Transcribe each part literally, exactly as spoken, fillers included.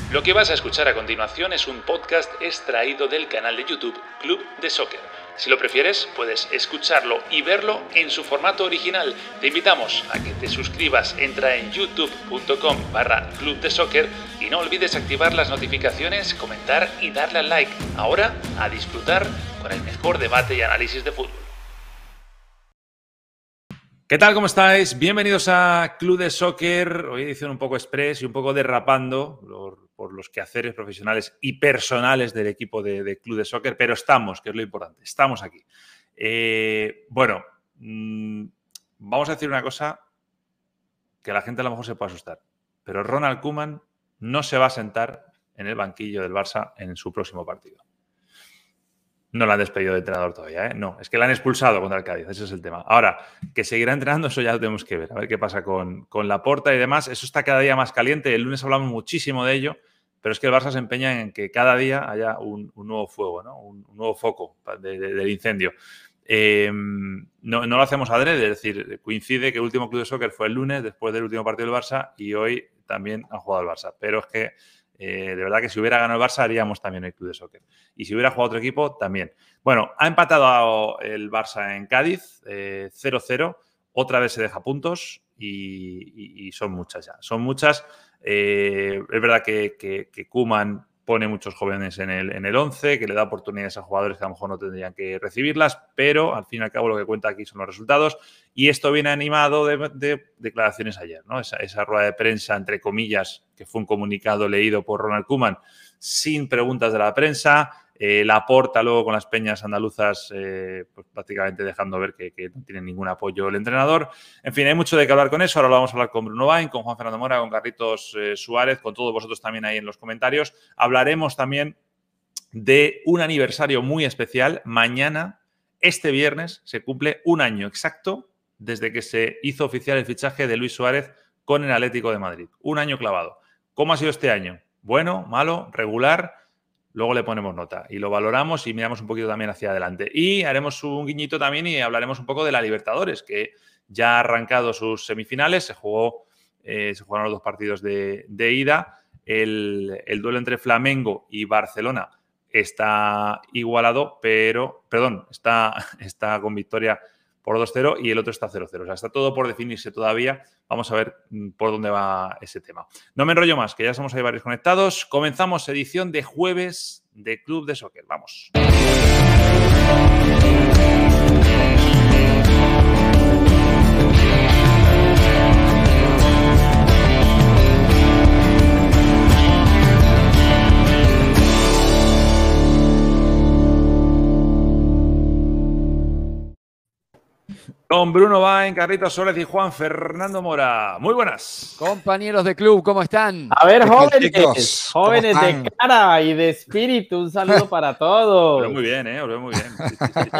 Lo que vas a escuchar a continuación es un podcast extraído del canal de YouTube Club de Soccer. Si lo prefieres, puedes escucharlo y verlo en su formato original. Te invitamos a que te suscribas, entra en youtube.com barra Club de Soccer y no olvides activar las notificaciones, comentar y darle al like. Ahora, a disfrutar con el mejor debate y análisis de fútbol. ¿Qué tal? ¿Cómo estáis? Bienvenidos a Club de Soccer. Hoy edición un poco express y un poco derrapando por, por los quehaceres profesionales y personales del equipo de, de Club de Soccer, pero estamos, que es lo importante, estamos aquí. Eh, bueno, mmm, vamos a decir una cosa que la gente a lo mejor se puede asustar, pero Ronald Koeman no se va a sentar en el banquillo del Barça en su próximo partido. No lo han despedido de entrenador todavía, ¿eh? No, es que lo han expulsado contra el Cádiz, ese es el tema. Ahora, que seguirá entrenando, eso ya lo tenemos que ver, a ver qué pasa con, con Laporta y demás. Eso está cada día más caliente, el lunes hablamos muchísimo de ello, pero es que el Barça se empeña en que cada día haya un, un nuevo fuego, ¿no? un, un nuevo foco de, de, del incendio. Eh, no, no lo hacemos adrede, es decir, coincide que el último Club de Soccer fue el lunes, después del último partido del Barça, y hoy también han jugado el Barça, pero es que Eh, de verdad que si hubiera ganado el Barça haríamos también el Club de Soccer. Y si hubiera jugado otro equipo, también. Bueno, ha empatado el Barça en Cádiz, eh, cero cero. Otra vez se deja puntos y, y, y son muchas ya. Son muchas. Eh, es verdad que, que, que Koeman pone muchos jóvenes en el, en el once, que le da oportunidades a jugadores que a lo mejor no tendrían que recibirlas, pero al fin y al cabo lo que cuenta aquí son los resultados. Y esto viene animado de, de declaraciones ayer, ¿no? Esa, esa rueda de prensa, entre comillas, que fue un comunicado leído por Ronald Koeman sin preguntas de la prensa. Eh, Laporta luego con las peñas andaluzas eh, pues prácticamente dejando ver que, que no tiene ningún apoyo el entrenador. En fin, hay mucho de qué hablar con eso. Ahora lo vamos a hablar con Bruno Bain, con Juan Fernando Mora, con Carlitos eh, Suárez, con todos vosotros también ahí en los comentarios. Hablaremos también de un aniversario muy especial. Mañana, este viernes, se cumple un año exacto desde que se hizo oficial el fichaje de Luis Suárez con el Atlético de Madrid. Un año clavado. ¿Cómo ha sido este año? Bueno, malo, regular. Luego le ponemos nota y lo valoramos y miramos un poquito también hacia adelante. Y haremos un guiñito también y hablaremos un poco de la Libertadores, que ya ha arrancado sus semifinales. Se jugó, eh, se jugaron los dos partidos de, de ida. El, el duelo entre Flamengo y Barcelona está igualado, pero, perdón, está, está con victoria por dos cero y el otro está cero cero. O sea, está todo por definirse todavía. Vamos a ver por dónde va ese tema. No me enrollo más, que ya somos ahí varios conectados. Comenzamos edición de jueves de Club de Soccer. Vamos. Con Bruno Bain, Carlitos Suárez y Juan Fernando Mora. Muy buenas. Compañeros de club, ¿cómo están? A ver, jóvenes, jóvenes de cara y de espíritu, un saludo para todos. Os veo muy bien, ¿eh? Os veo muy bien. Sí, sí, sí.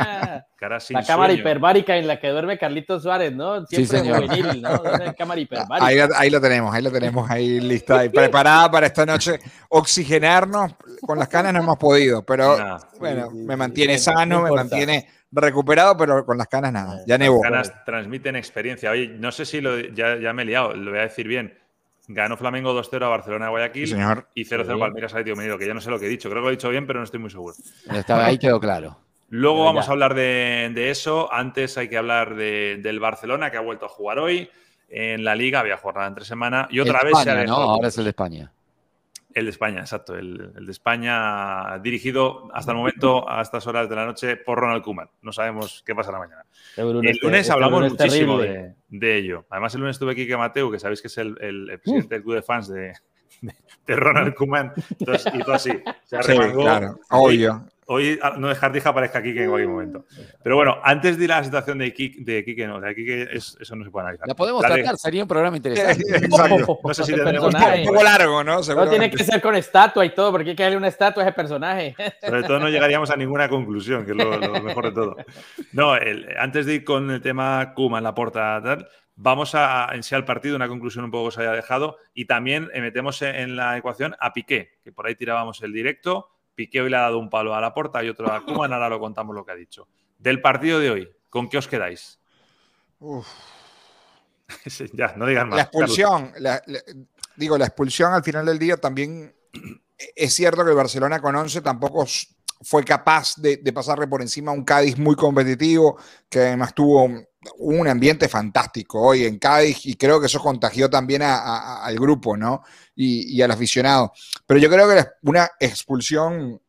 Cara sin la cámara sueño. hiperbárica en la que duerme Carlitos Suárez, ¿no? Siempre Sí, señor. juvenil, ¿no? La cámara hiperbárica. Ahí, ahí lo tenemos, ahí lo tenemos, ahí lista y preparada para esta noche. Oxigenarnos, con las canas no hemos podido, pero Nah. bueno, Sí, sí, me sí, mantiene sí, sano, no me importa. mantiene recuperado, pero con las canas nada, ya nevó. Las ganas transmiten experiencia. Oye, no sé si lo, ya, ya me he liado, lo voy a decir bien. Ganó Flamengo dos cero a Barcelona de Guayaquil Sí, señor. y cero cero Sí. Palmeiras Atlético de Madrid, que ya no sé lo que he dicho. Creo que lo he dicho bien, pero no estoy muy seguro. Estaba ahí, quedó claro. Luego Pero vamos ya. a hablar de, de eso. Antes hay que hablar de, del Barcelona, que ha vuelto a jugar hoy. En la Liga había jugado entre semana y otra El vez se ha España, dejado ¿no? Ahora puntos. es el de España. El de España, exacto. El, el de España dirigido hasta el momento, a estas horas de la noche, por Ronald Koeman. No sabemos qué pasará mañana. Este Bruno El este- lunes este hablamos Bruno es muchísimo terrible. de, de ello. Además, el lunes estuve Quique Mateu, que sabéis que es el, el- el presidente del club de fans de, de, de Ronald Koeman. Entonces hizo así. Se Sí, arremangó. claro, Hoy- obvio. Hoy no dejar que aparezca Quique en cualquier momento. Pero bueno, antes de ir a la situación de Quique, de Quique no, de Quique es- eso no se puede analizar. La podemos La de- tratar, sería un programa interesante. Exacto. No sé si Ese tendremos Un personaje. poco largo, ¿no? No, Seguramente. tiene que ser con estatua y todo, porque hay que darle una estatua a ese personaje. Sobre todo no llegaríamos a ninguna conclusión, que es lo, lo mejor de todo. No, el- antes de ir con el tema Koeman, Laporta, tal, vamos a en sí al partido, una conclusión un poco que se haya dejado, y también eh, metemos en, en la ecuación a Piqué, que por ahí tirábamos el directo. Piqué hoy le ha dado un palo a Laporta y otro a Koeman, ahora lo contamos lo que ha dicho. Del partido de hoy, ¿con qué os quedáis? Uf. Ya, no digas más. La expulsión, la- la- digo, la expulsión al final del día también es cierto que el Barcelona con once tampoco fue capaz de, de pasarle por encima a un Cádiz muy competitivo, que además tuvo un, un ambiente fantástico hoy en Cádiz, y creo que eso contagió también a, a, al grupo, ¿no? Y, y al aficionado. Pero yo creo que una expulsión,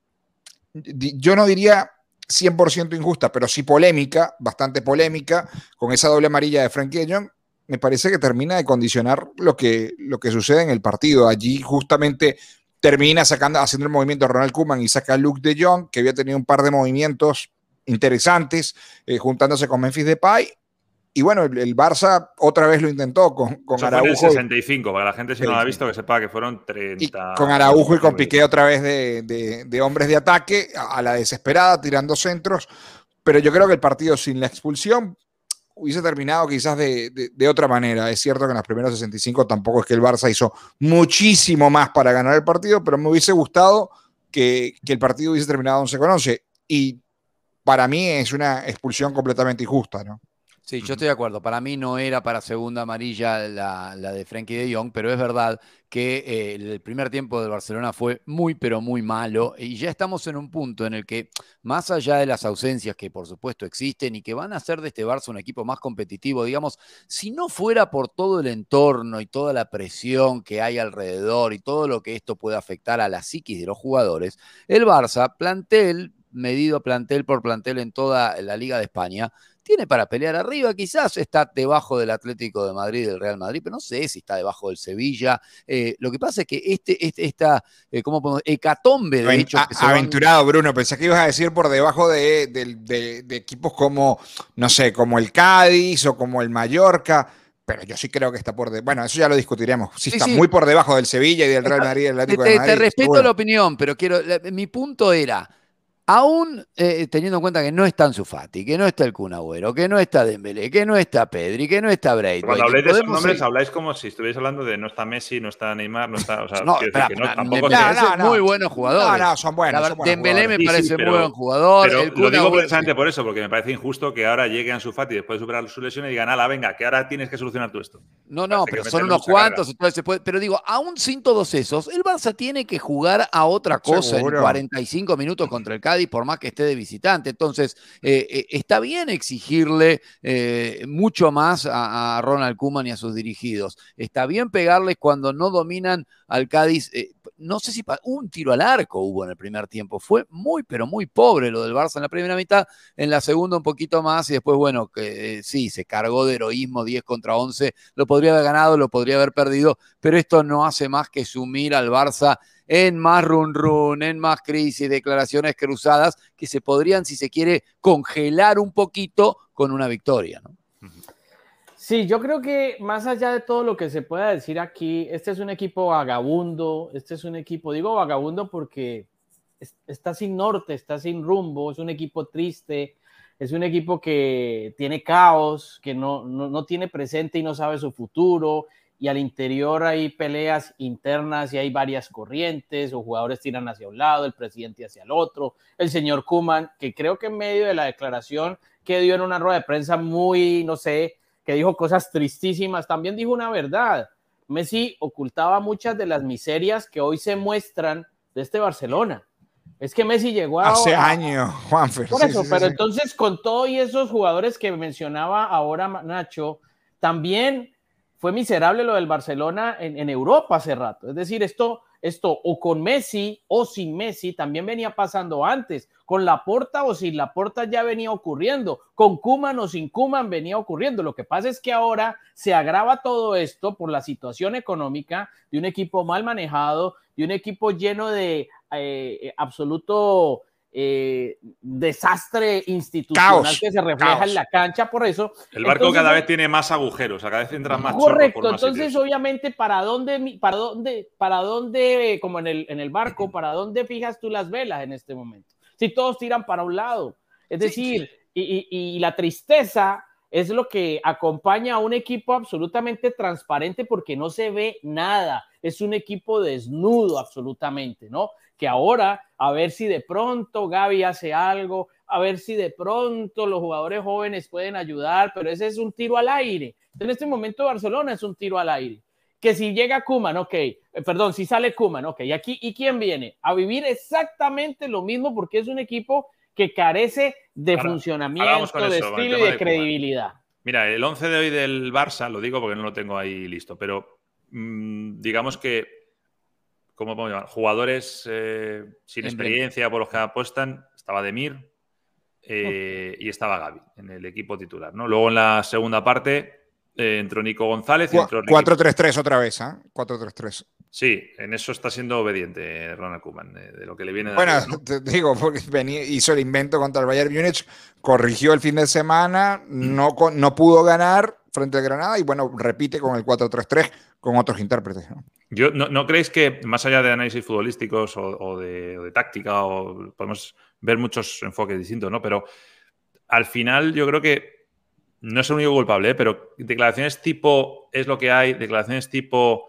yo no diría cien por ciento injusta, pero sí polémica, bastante polémica, con esa doble amarilla de Frenkie de Jong, me parece que termina de condicionar lo que, lo que sucede en el partido. Allí justamente termina sacando, haciendo el movimiento de Ronald Koeman y saca a Luuk de Jong, que había tenido un par de movimientos interesantes, eh, juntándose con Memphis Depay. Y bueno, el, el Barça otra vez lo intentó con, con Eso Araujo. fue en el sesenta y cinco, para la gente si no lo ha visto, que sepa que fueron treinta. Y con Araujo y con Piqué otra vez de, de, de hombres de ataque, a, a la desesperada, tirando centros. Pero yo creo que el partido sin la expulsión hubiese terminado quizás de, de, de otra manera. Es cierto que en los primeros sesenta y cinco tampoco es que el Barça hizo muchísimo más para ganar el partido, pero me hubiese gustado que, que el partido hubiese terminado once con once. Y para mí es una expulsión completamente injusta, ¿no? Sí, yo estoy de acuerdo. Para mí no era para segunda amarilla la, la de Frenkie de Jong, pero es verdad que eh, el primer tiempo del Barcelona fue muy, pero muy malo, y ya estamos en un punto en el que, más allá de las ausencias que por supuesto existen y que van a hacer de este Barça un equipo más competitivo, digamos, si no fuera por todo el entorno y toda la presión que hay alrededor y todo lo que esto puede afectar a la psiquis de los jugadores, el Barça, plantel, medido plantel por plantel en toda la Liga de España, tiene para pelear arriba, quizás está debajo del Atlético de Madrid y del Real Madrid, pero no sé si está debajo del Sevilla. Eh, lo que pasa es que este, este, esta, eh, ¿cómo podemos? Hecatombe de hecho. Que aventurado, van... Bruno, pensé que ibas a decir por debajo de, de, de, de equipos como, no sé, como el Cádiz o como el Mallorca. Pero yo sí creo que está por debajo. Bueno, eso ya lo discutiremos. Sí, sí está sí. muy por debajo del Sevilla y del Real Madrid y del Atlético te, de Madrid. Te respeto seguro. La opinión, pero quiero. La, mi punto era. Aún eh, teniendo en cuenta que no está Ansu Fati, que no está el Kun Agüero, que no está Dembélé, que no está Pedri, que no está Braithwaite. Cuando habléis de esos nombres, ir... habláis como si estuvierais hablando de no está Messi, no está Neymar, no está... O sea, no, quiero espera, decir que no, espera, tampoco... Me parece no, no, muy buenos jugadores. No, no, son buenos, son buenos Dembélé jugadores. me parece sí, sí, pero, muy buen jugador. Pero el lo Kun digo Agüero, precisamente sí. por eso, porque me parece injusto que ahora llegue Ansu Fati después de superar su lesión y digan, ala, venga, que ahora tienes que solucionar tú esto. No, no, pero son unos cuantos. Entonces se puede, pero digo, aún sin todos esos, el Barça tiene que jugar a otra cosa Seguro. en cuarenta y cinco minutos contra el Cádiz, por más que esté de visitante. Entonces, eh, eh, está bien exigirle eh, mucho más a, a Ronald Koeman y a sus dirigidos. Está bien pegarles cuando no dominan al Cádiz. Eh, no sé si un tiro al arco hubo en el primer tiempo. Fue muy, pero muy pobre lo del Barça en la primera mitad. En la segunda un poquito más y después, bueno, que eh, sí, se cargó de heroísmo diez contra once. Lo podría haber ganado, lo podría haber perdido, pero esto no hace más que sumir al Barça en más run run, en más crisis, declaraciones cruzadas que se podrían, si se quiere, congelar un poquito con una victoria, ¿no? Sí, yo creo que más allá de todo lo que se pueda decir aquí, este es un equipo vagabundo, este es un equipo, digo vagabundo porque está sin norte, está sin rumbo, es un equipo triste, es un equipo que tiene caos, que no, no, no tiene presente y no sabe su futuro, y al interior hay peleas internas y hay varias corrientes, o jugadores tiran hacia un lado, el presidente hacia el otro, el señor Koeman, que creo que en medio de la declaración que dio en una rueda de prensa muy, no sé, que dijo cosas tristísimas, también dijo una verdad. Messi ocultaba muchas de las miserias que hoy se muestran de este Barcelona. Es que Messi llegó a... Hace a, años, Juanfer. Por sí, eso, sí, pero sí. entonces con todos esos jugadores que mencionaba ahora Nacho, también fue miserable lo del Barcelona en, en Europa hace rato. Es decir, esto, esto o con Messi o sin Messi también venía pasando antes. Con Laporta o sin Laporta ya venía ocurriendo. Con Koeman o sin Koeman venía ocurriendo. Lo que pasa es que ahora se agrava todo esto por la situación económica de un equipo mal manejado, de un equipo lleno de eh, absoluto... Eh, desastre institucional caos, que se refleja caos. en la cancha, por eso el barco entonces, cada vez tiene más agujeros, o sea, cada vez entran más correcto, por más entonces sitios. Obviamente para dónde, para dónde, para dónde, como en el, en el barco, para dónde fijas tú las velas en este momento, si todos tiran para un lado, es decir, sí, sí. Y, y, y la tristeza es lo que acompaña a un equipo absolutamente transparente porque no se ve nada, es un equipo desnudo absolutamente, ¿no? Que ahora, a ver si de pronto Gavi hace algo, a ver si de pronto los jugadores jóvenes pueden ayudar, pero ese es un tiro al aire. En este momento Barcelona es un tiro al aire. que si llega Koeman, ok, eh, perdón, si sale Koeman, ok, ¿y aquí y quién viene? A vivir exactamente lo mismo porque es un equipo que carece de Ahora, funcionamiento, de eso, estilo y de, de credibilidad. Mira, el once de hoy del Barça, lo digo porque no lo tengo ahí listo, pero mmm, digamos que, ¿cómo podemos llamar? Jugadores eh, sin experiencia por los que apuestan, estaba Demir eh, okay. y estaba Gavi en el equipo titular, ¿no? Luego en la segunda parte eh, entró Nico González. cuatro tres tres otra vez, ¿eh? cuatro tres tres. Sí, en eso está siendo obediente Ronald Koeman, de, de lo que le viene de Bueno, arriba, ¿no? Te digo, porque venía, hizo el invento contra el Bayern Múnich, corrigió el fin de semana, no, no pudo ganar frente a Granada y bueno, repite con el cuatro tres tres con otros intérpretes, ¿no? Yo, ¿no, ¿No creéis que, más allá de análisis futbolísticos o, o, de, o de táctica, o podemos ver muchos enfoques distintos, ¿no? Pero al final yo creo que no es el único culpable, ¿eh? Pero declaraciones tipo es lo que hay, declaraciones tipo...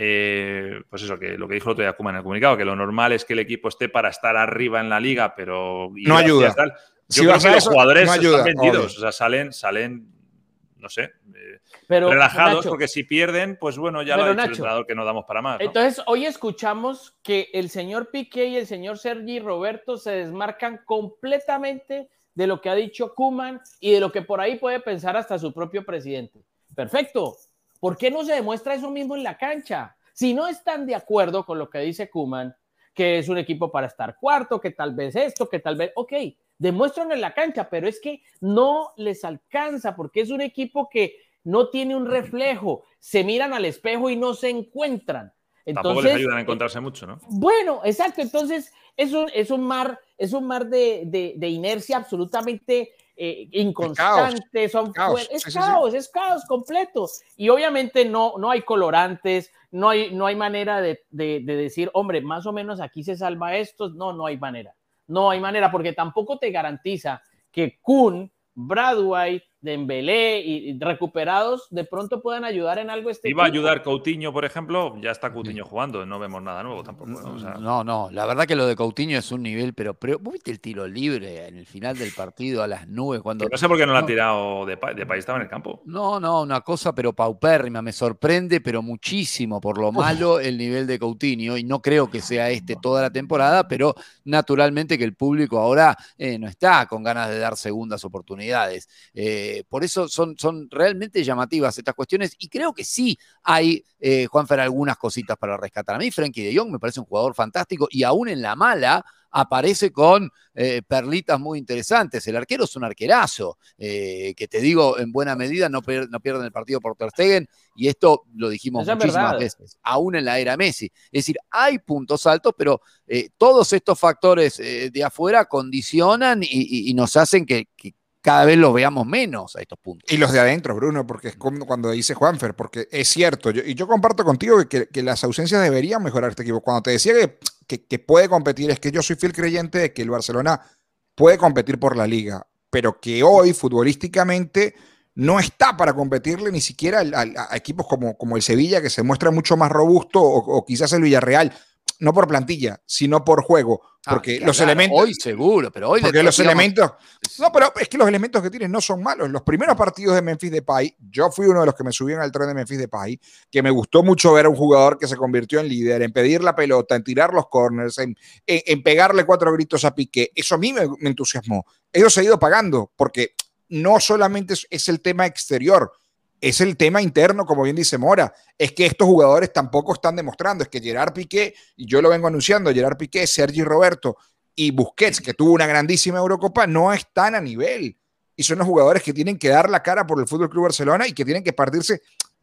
Eh, pues eso, que lo que dijo el otro día Koeman en el comunicado, que lo normal es que el equipo esté para estar arriba en la liga, pero... No ayuda. Tal. Yo si creo que los eso, jugadores no ayuda, están vendidos, obvio. o sea, salen, salen, no sé, eh, pero, relajados, Nacho, porque si pierden, pues bueno, ya lo ha dicho Nacho, el entrenador que no damos para más, ¿no? Entonces, hoy escuchamos que el señor Piqué y el señor Sergi Roberto se desmarcan completamente de lo que ha dicho Koeman y de lo que por ahí puede pensar hasta su propio presidente. Perfecto. ¿Por qué no se demuestra eso mismo en la cancha? Si no están de acuerdo con lo que dice Koeman, que es un equipo para estar cuarto, que tal vez esto, que tal vez... Ok, demuéstranlo en la cancha, pero es que no les alcanza porque es un equipo que no tiene un reflejo. Se miran al espejo y no se encuentran. Entonces, tampoco les ayudan a encontrarse eh, mucho, ¿no? Bueno, exacto. Entonces, es un, es un mar, es un mar de, de, de inercia absolutamente... Eh, inconstantes, son caos. es sí, caos, sí, sí. es caos completo y obviamente no, no hay colorantes, no hay, no hay manera de, de, de decir, hombre, más o menos aquí se salva esto, no, no hay manera, no hay manera porque tampoco te garantiza que Kun, Bradway, Dembélé y, y recuperados de pronto puedan ayudar en algo este Iba equipo. a ayudar Coutinho, por ejemplo, ya está Coutinho jugando, no vemos nada nuevo tampoco, ¿no? O sea, no, no, la verdad que lo de Coutinho es un nivel, pero, pero ¿vos viste el tiro libre en el final del partido a las nubes? Cuando, no sé por qué no lo no, ha tirado de Depay, Depay estaba en el campo. No, no, una cosa pero paupérrima, me sorprende, pero muchísimo por lo malo el nivel de Coutinho y no creo que sea este toda la temporada, pero naturalmente que el público ahora eh, no está con ganas de dar segundas oportunidades. Eh, por eso son, son realmente llamativas estas cuestiones y creo que sí hay, eh, Juanfer, algunas cositas para rescatar. A mí Frenkie de Jong me parece un jugador fantástico y aún en la mala aparece con eh, perlitas muy interesantes. El arquero es un arquerazo, eh, que te digo, en buena medida no, per no pierden el partido por Ter Stegen, y esto lo dijimos Esa muchísimas veces, aún en la era Messi. Es decir, hay puntos altos, pero eh, todos estos factores eh, de afuera condicionan y, y, y nos hacen que, que cada vez los veamos menos a estos puntos. Y los de adentro, Bruno, porque es como cuando dice Juanfer, porque es cierto, yo, y yo comparto contigo que, que las ausencias deberían mejorar este equipo. Cuando te decía que, que, que puede competir, es que yo soy fiel creyente de que el Barcelona puede competir por la Liga, pero que hoy, futbolísticamente, no está para competirle ni siquiera a, a equipos como, como el Sevilla, que se muestra mucho más robusto, o, o quizás el Villarreal, no por plantilla, sino por juego. Porque ah, los claro, elementos. Hoy seguro, pero hoy. Porque los elementos. No, pero es que los elementos que tienen no son malos. Los primeros partidos de Memphis Depay, yo fui uno de los que me subieron al tren de Memphis Depay, que me gustó mucho ver a un jugador que se convirtió en líder, en pedir la pelota, en tirar los corners, en, en, en pegarle cuatro gritos a Piqué. Eso a mí me, me entusiasmó. Eso se ha ido pagando, porque no solamente es, es el tema exterior. Es el tema interno, como bien dice Mora. Es que estos jugadores tampoco están demostrando. Es que Gerard Piqué, y yo lo vengo anunciando, Gerard Piqué, Sergi Roberto y Busquets, que tuvo una grandísima Eurocopa, no están a nivel. Y son los jugadores que tienen que dar la cara por el F C Barcelona y que tienen que partirse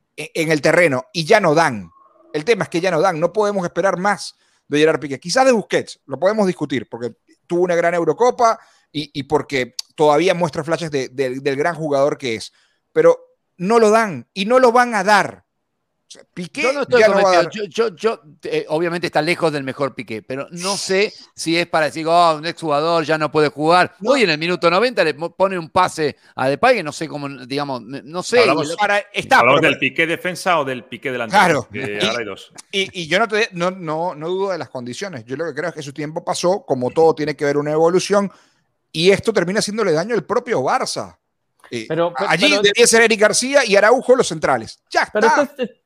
en el terreno. Y ya no dan. El tema es que ya no dan. No podemos esperar más de Gerard Piqué. Quizás de Busquets, lo podemos discutir, porque tuvo una gran Eurocopa y, y porque todavía muestra flashes de, de, del gran jugador que es. Pero no lo dan y no lo van a dar. O sea, Piqué yo no estoy ya no va a dar. Yo, yo, yo eh, obviamente está lejos del mejor Piqué, pero no sé si es para decir, oh, un exjugador ya no puede jugar. No. Hoy en el minuto noventa le pone un pase a Depay, que no sé cómo, digamos, no sé. Hablamos, para, está, ¿hablamos pero, del Piqué defensa o del Piqué delantero? Claro. Y, ahora hay dos. Y, y yo no, te, no, no, no dudo de las condiciones. Yo lo que creo es que su tiempo pasó, como todo tiene que ver una evolución, y esto termina haciéndole daño al propio Barça. Eh, pero, pero, Allí pero, debía ser Eric García y Araujo los centrales. Ya pero está. Esto es,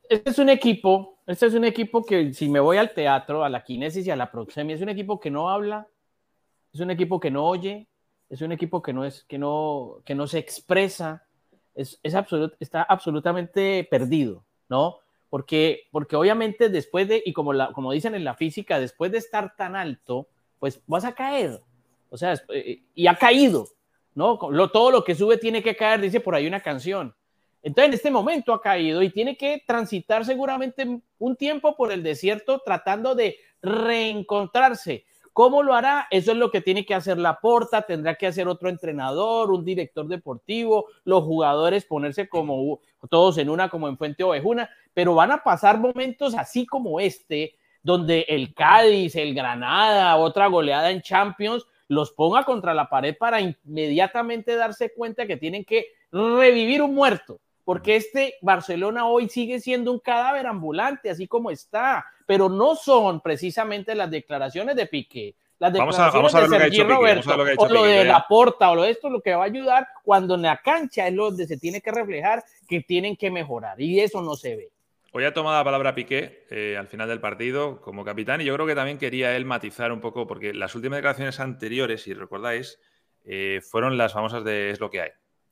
este es un equipo, este es un equipo que si me voy al teatro, a la kinesis y a la proxemia, es un equipo que no habla, es un equipo que no oye, es un equipo que no, es, que no, que no se expresa, es, es absolut, está absolutamente perdido, ¿no? Porque, porque obviamente después de, y como, la, como dicen en la física, después de estar tan alto, pues vas a caer, o sea, y ha caído, ¿no? Lo, todo lo que sube tiene que caer, dice por ahí una canción. Entonces en este momento ha caído y tiene que transitar seguramente un tiempo por el desierto tratando de reencontrarse. ¿Cómo lo hará? Eso es lo que tiene que hacer Laporta, tendrá que hacer otro entrenador, un director deportivo, los jugadores ponerse como todos en una, como en Fuente Ovejuna, pero van a pasar momentos así como este, donde el Cádiz, el Granada, otra goleada en Champions, los ponga contra la pared para inmediatamente darse cuenta que tienen que revivir un muerto. Porque este Barcelona hoy sigue siendo un cadáver ambulante, así como está, pero no son precisamente las declaraciones de Piqué, las declaraciones vamos a, vamos a de Sergi Roberto, lo o lo Piqué, de Laporta, o lo de esto, lo que va a ayudar cuando en la cancha es donde se tiene que reflejar que tienen que mejorar, y eso no se ve. Hoy ha tomado la palabra Piqué eh, al final del partido como capitán, y yo creo que también quería él matizar un poco, porque las últimas declaraciones anteriores, si recordáis, eh, fueron las famosas de es lo que hay.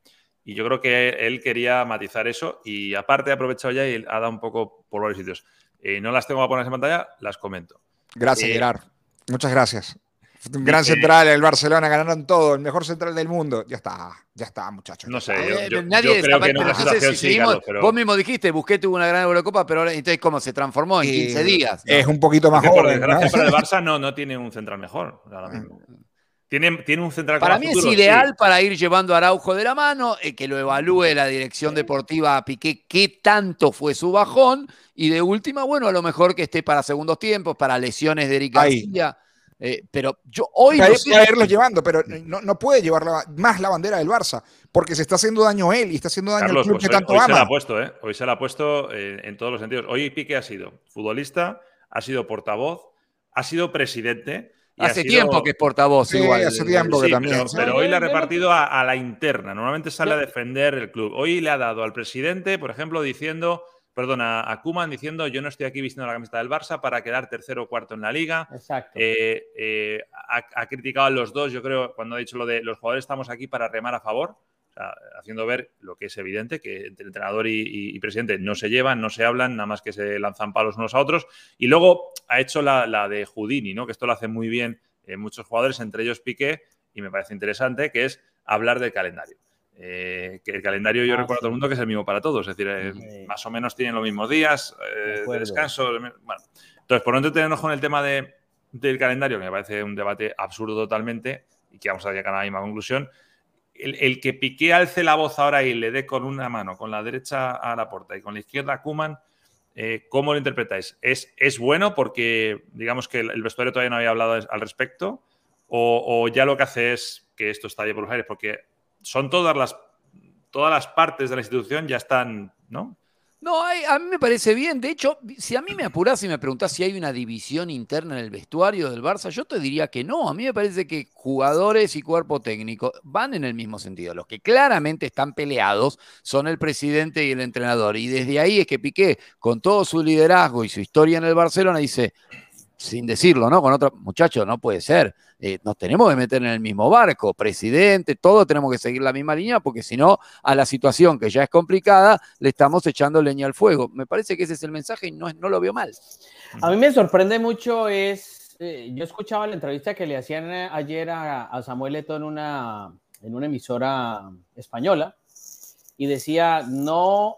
Y yo creo que él quería matizar eso y aparte ha aprovechado ya y ha dado un poco por varios sitios. Eh, no las tengo para poner en pantalla, las comento. Gracias, eh, Gerard. Muchas gracias. Un gran eh, central, el Barcelona, ganaron todo, el mejor central del mundo. Ya está, ya está, muchachos. No sé, yo, yo, nadie yo creo que en una situación si sí, seguimos, Carlos, pero... Vos mismo dijiste, Busquets tuvo una gran Eurocopa, pero ahora, entonces, ¿cómo se transformó en quince eh, días? ¿No? Es un poquito más Porque, joven. por desgracia, ¿no? para el Barça no, no tiene un central mejor ahora mismo. Tiene, tiene un central para mí futuro, es ideal sí. Para ir llevando a Araujo de la mano, eh, que lo evalúe la dirección deportiva a Piqué, qué tanto fue su bajón, y de última, bueno, a lo mejor que esté para segundos tiempos, para lesiones de Eric García. Eh, pero yo hoy para no sé. irlos llevando, pero no, no puede llevar la, más la bandera del Barça, porque se está haciendo daño él y está haciendo daño Carlos, al club pues que hoy, tanto hoy ama. Se la ha puesto, ¿eh? Hoy se la ha puesto en, en todos los sentidos. Hoy Piqué ha sido futbolista, ha sido portavoz, ha sido presidente. Y hace ha sido... tiempo que es portavoz, sí, igual. Hace tiempo sí, que también. Pero, ¿sí? pero no, hoy yo, le ha yo repartido no... a, a la interna. Normalmente sale yo... a defender el club. Hoy le ha dado al presidente, por ejemplo, diciendo... Perdón, a, a Koeman diciendo yo no estoy aquí vistiendo la camiseta del Barça para quedar tercero o cuarto en la Liga. Exacto. Eh, eh, ha, ha criticado a los dos, yo creo, cuando ha dicho lo de los jugadores estamos aquí para remar a favor, o sea, haciendo ver lo que es evidente, que entre entrenador y, y, y presidente no se llevan, no se hablan, nada más que se lanzan palos unos a otros. Y luego ha hecho la, la de Houdini, ¿no? Que esto lo hace muy bien eh, muchos jugadores, entre ellos Piqué, y me parece interesante, que es hablar del calendario. Eh, que el calendario yo ah, recuerdo sí. a todo el mundo que es el mismo para todos, es decir, eh, sí. más o menos tienen los mismos días eh, de, de descanso. Bueno, entonces, por no entretenernos con el tema de, del calendario, que me parece un debate absurdo totalmente y que vamos a llegar a la misma conclusión, el, el que Piqué alce la voz ahora y le dé con una mano, con la derecha a Laporta y con la izquierda a Koeman, eh, ¿cómo lo interpretáis? ¿Es, ¿Es bueno porque, digamos, que el, el vestuario todavía no había hablado al respecto? O, ¿O ya lo que hace es que esto estalle por los aires? Porque son todas las, todas las partes de la institución ya están, ¿no? No, a mí me parece bien. De hecho, si a mí me apurás y me preguntás si hay una división interna en el vestuario del Barça, yo te diría que no. A mí me parece que jugadores y cuerpo técnico van en el mismo sentido. Los que claramente están peleados son el presidente y el entrenador. Y desde ahí es que Piqué, con todo su liderazgo y su historia en el Barcelona, dice, sin decirlo, ¿no? Con otro muchacho, no puede ser. Eh, nos tenemos que meter en el mismo barco, presidente, todos tenemos que seguir la misma línea, porque si no, a la situación que ya es complicada, le estamos echando leña al fuego. Me parece que ese es el mensaje y no, no lo veo mal. A mí me sorprende mucho es, eh, yo escuchaba la entrevista que le hacían ayer a, a Samuel Eto'o en una, en una emisora española, y decía, no,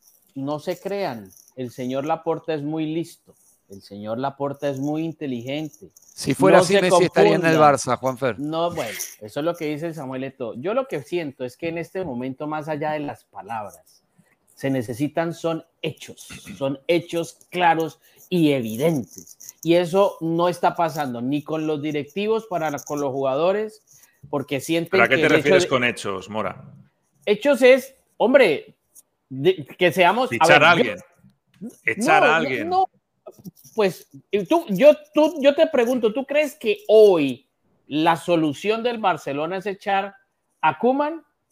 no se crean, el señor Laporta es muy listo. El señor Laporta es muy inteligente. Si fuera no así, Messi confundan. Estaría en el Barça, Juanfer. No, bueno, eso es lo que dice Samuel Eto'o. Yo lo que siento es que en este momento, más allá de las palabras, se necesitan son hechos, son hechos claros y evidentes. Y eso no está pasando ni con los directivos para con los jugadores, porque sienten que... ¿Pero a qué te refieres de... con hechos, Mora? Hechos es, hombre, de, que seamos... Echar a, ver, a alguien. Yo, Echar no, a alguien. No, no. Pues tú, yo, tú, yo te pregunto, ¿tú crees que hoy la solución del Barcelona es echar a Koeman?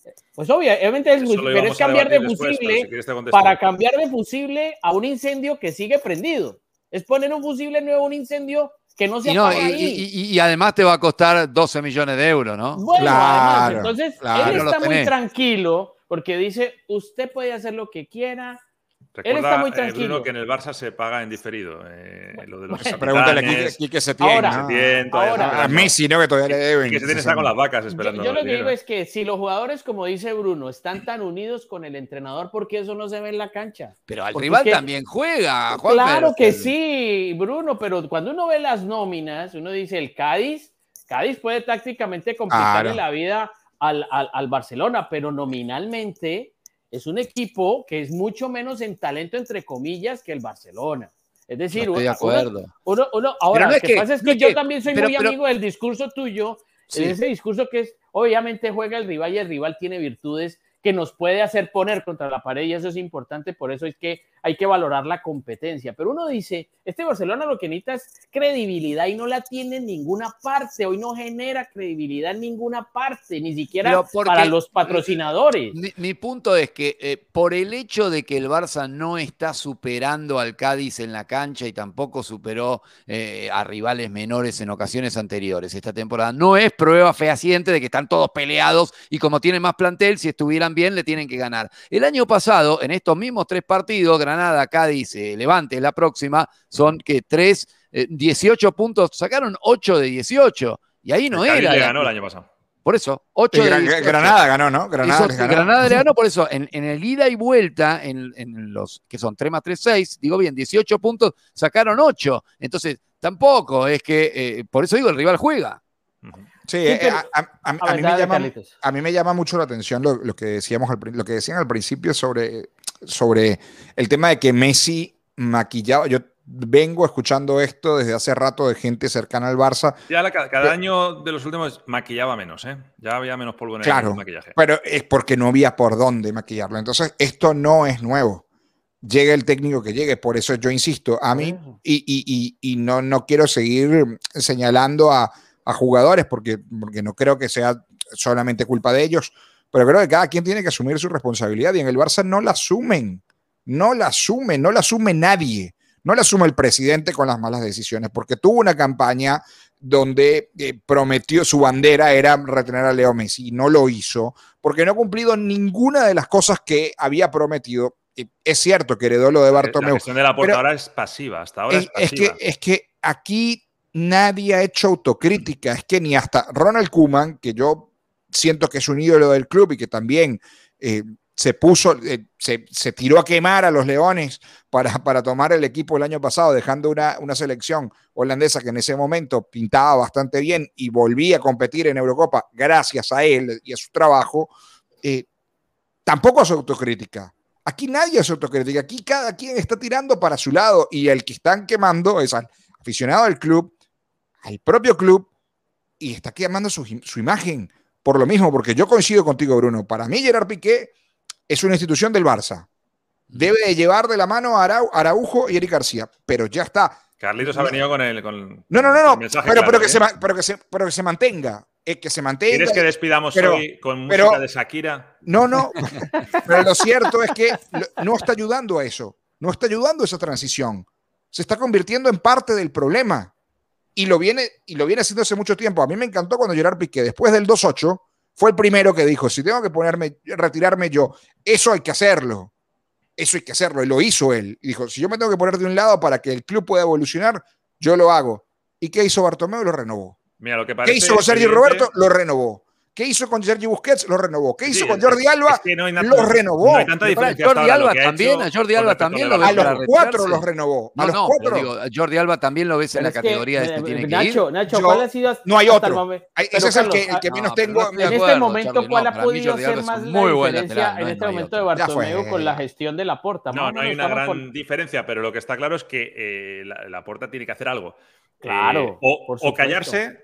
Pues obviamente es, pero es cambiar de fusible después, si para cambiar de fusible a un incendio que sigue prendido. Es poner un fusible nuevo a un incendio que no se y no, apaga y, ahí. Y, y, y además te va a costar doce millones de euros, ¿no? Bueno, claro, además, entonces claro, él está muy tranquilo porque dice, usted puede hacer lo que quiera. Recuerda, él está muy tranquilo. Bruno, que en el Barça se paga en diferido. Eh, bueno, lo de los bueno, pregúntale a Quique Setién. Ahora, Setién, ahora a Messi, ¿no? Que todavía le deben. Que Setién está con las vacas esperando. Yo, yo lo que digo es que si los jugadores, como dice Bruno, están tan unidos con el entrenador, ¿por qué eso no se ve en la cancha? Pero al porque rival es que, también juega, Juan Claro que sí, Bruno, pero cuando uno ve las nóminas, uno dice el Cádiz, Cádiz puede tácticamente complicarle claro. la vida al, al, al Barcelona, pero nominalmente es un equipo que es mucho menos en talento, entre comillas, que el Barcelona. Es decir, no estoy de acuerdo. Uno, uno, uno, ahora, lo no que, que pasa es que no yo que, también soy pero, muy pero, amigo del discurso tuyo, sí. de ese discurso que es, obviamente juega el rival y el rival tiene virtudes que nos puede hacer poner contra la pared y eso es importante, por eso es que hay que valorar la competencia. Pero uno dice, este Barcelona lo que necesita es credibilidad y no la tiene en ninguna parte, hoy no genera credibilidad en ninguna parte, ni siquiera para los patrocinadores. Mi, mi punto es que eh, por el hecho de que el Barça no está superando al Cádiz en la cancha y tampoco superó eh, a rivales menores en ocasiones anteriores esta temporada, no es prueba fehaciente de que están todos peleados y como tienen más plantel, si estuvieran bien le tienen que ganar. El año pasado, en estos mismos tres partidos, Granada, Cádiz, eh, Levante, la próxima, son que tres, eh, dieciocho puntos, sacaron ocho de dieciocho, y ahí no el era. Le ganó el año pasado. Por eso, ocho de dieciocho. Granada ganó, ¿no? Granada, eso, ganó. Granada le ganó, por eso, en, en el ida y vuelta, en, en los que son tres más tres, seis, digo bien, dieciocho puntos, sacaron ocho. Entonces, tampoco es que, eh, por eso digo, el rival juega. Sí, sí pero, a, a, a, a, a, mí me llama, a mí me llama mucho la atención lo, lo que decíamos al, lo que decían al principio sobre, sobre el tema de que Messi maquillaba. Yo vengo escuchando esto desde hace rato de gente cercana al Barça. Ya la, cada pero, año de los últimos maquillaba menos, ¿eh? Ya había menos polvo en el, claro, el maquillaje. Pero es porque no había por dónde maquillarlo. Entonces, esto no es nuevo. Llegue el técnico que llegue, por eso yo insisto, a mí, y, y, y, y no, no quiero seguir señalando a a jugadores, porque, porque no creo que sea solamente culpa de ellos, pero creo que cada quien tiene que asumir su responsabilidad y en el Barça no la asumen, no la asumen, no la asume nadie, no la asume el presidente con las malas decisiones, porque tuvo una campaña donde eh, prometió, su bandera era retener a Leo Messi y no lo hizo, porque no ha cumplido ninguna de las cosas que había prometido. Eh, es cierto que heredó lo de Bartomeu. La gestión de la Porta ahora es pasiva, hasta ahora es, es pasiva. Es que, es que aquí nadie ha hecho autocrítica, es que ni hasta Ronald Koeman, que yo siento que es un ídolo del club y que también eh, se puso, eh, se, se tiró a quemar a los Leones para, para tomar el equipo el año pasado, dejando una, una selección holandesa que en ese momento pintaba bastante bien y volvía a competir en Eurocopa gracias a él y a su trabajo, eh, tampoco hace autocrítica. Aquí nadie hace autocrítica, aquí cada quien está tirando para su lado y el que están quemando es al aficionado del club, al propio club, y está quemando su, su imagen por lo mismo, porque yo coincido contigo, Bruno. Para mí, Gerard Piqué es una institución del Barça. Debe de llevar de la mano a Arau, Araujo y Eric García, pero ya está. Carlitos ha venido con el, con no, no, no, no. mensaje pero, claro, pero, que ¿eh? se, pero, que se, pero que se mantenga. Eh, que se mantenga. ¿Quieres que despidamos pero, hoy con pero, música de Shakira? No, no. Pero lo cierto es que no está ayudando a eso. No está ayudando a esa transición. Se está convirtiendo en parte del problema. Y lo, viene, y lo viene haciendo hace mucho tiempo. A mí me encantó cuando Gerard Piqué, después del dos ocho, fue el primero que dijo, si tengo que ponerme, retirarme yo, eso hay que hacerlo. Eso hay que hacerlo. Y lo hizo él. Y dijo, si yo me tengo que poner de un lado para que el club pueda evolucionar, yo lo hago. ¿Y qué hizo Bartomeu? Lo renovó. Mira, lo que parece ¿Qué hizo con Sergi Roberto? Lo renovó. ¿Qué hizo con Sergi Busquets? Lo renovó. ¿Qué hizo sí, con Jordi Alba? Es que no hay nada, lo renovó. No hay tanta diferencia. Jordi Alba también, a Jordi Alba también lo ves. A los cuatro los renovó. No, a los no, cuatro. Digo, a Jordi Alba también lo ves pero en la categoría que, de este tiene Nacho, que ir. Nacho, ¿cuál ha sido hasta, no hay hasta otro. Ese es el que, el que menos no, tengo. En este acuerdo, momento, Charlie, ¿cuál no, ha podido ser más la diferencia en este momento de Bartomeu con la gestión de Laporta? No, no hay una gran diferencia, pero lo que está claro es que Laporta tiene que hacer algo. Claro. O callarse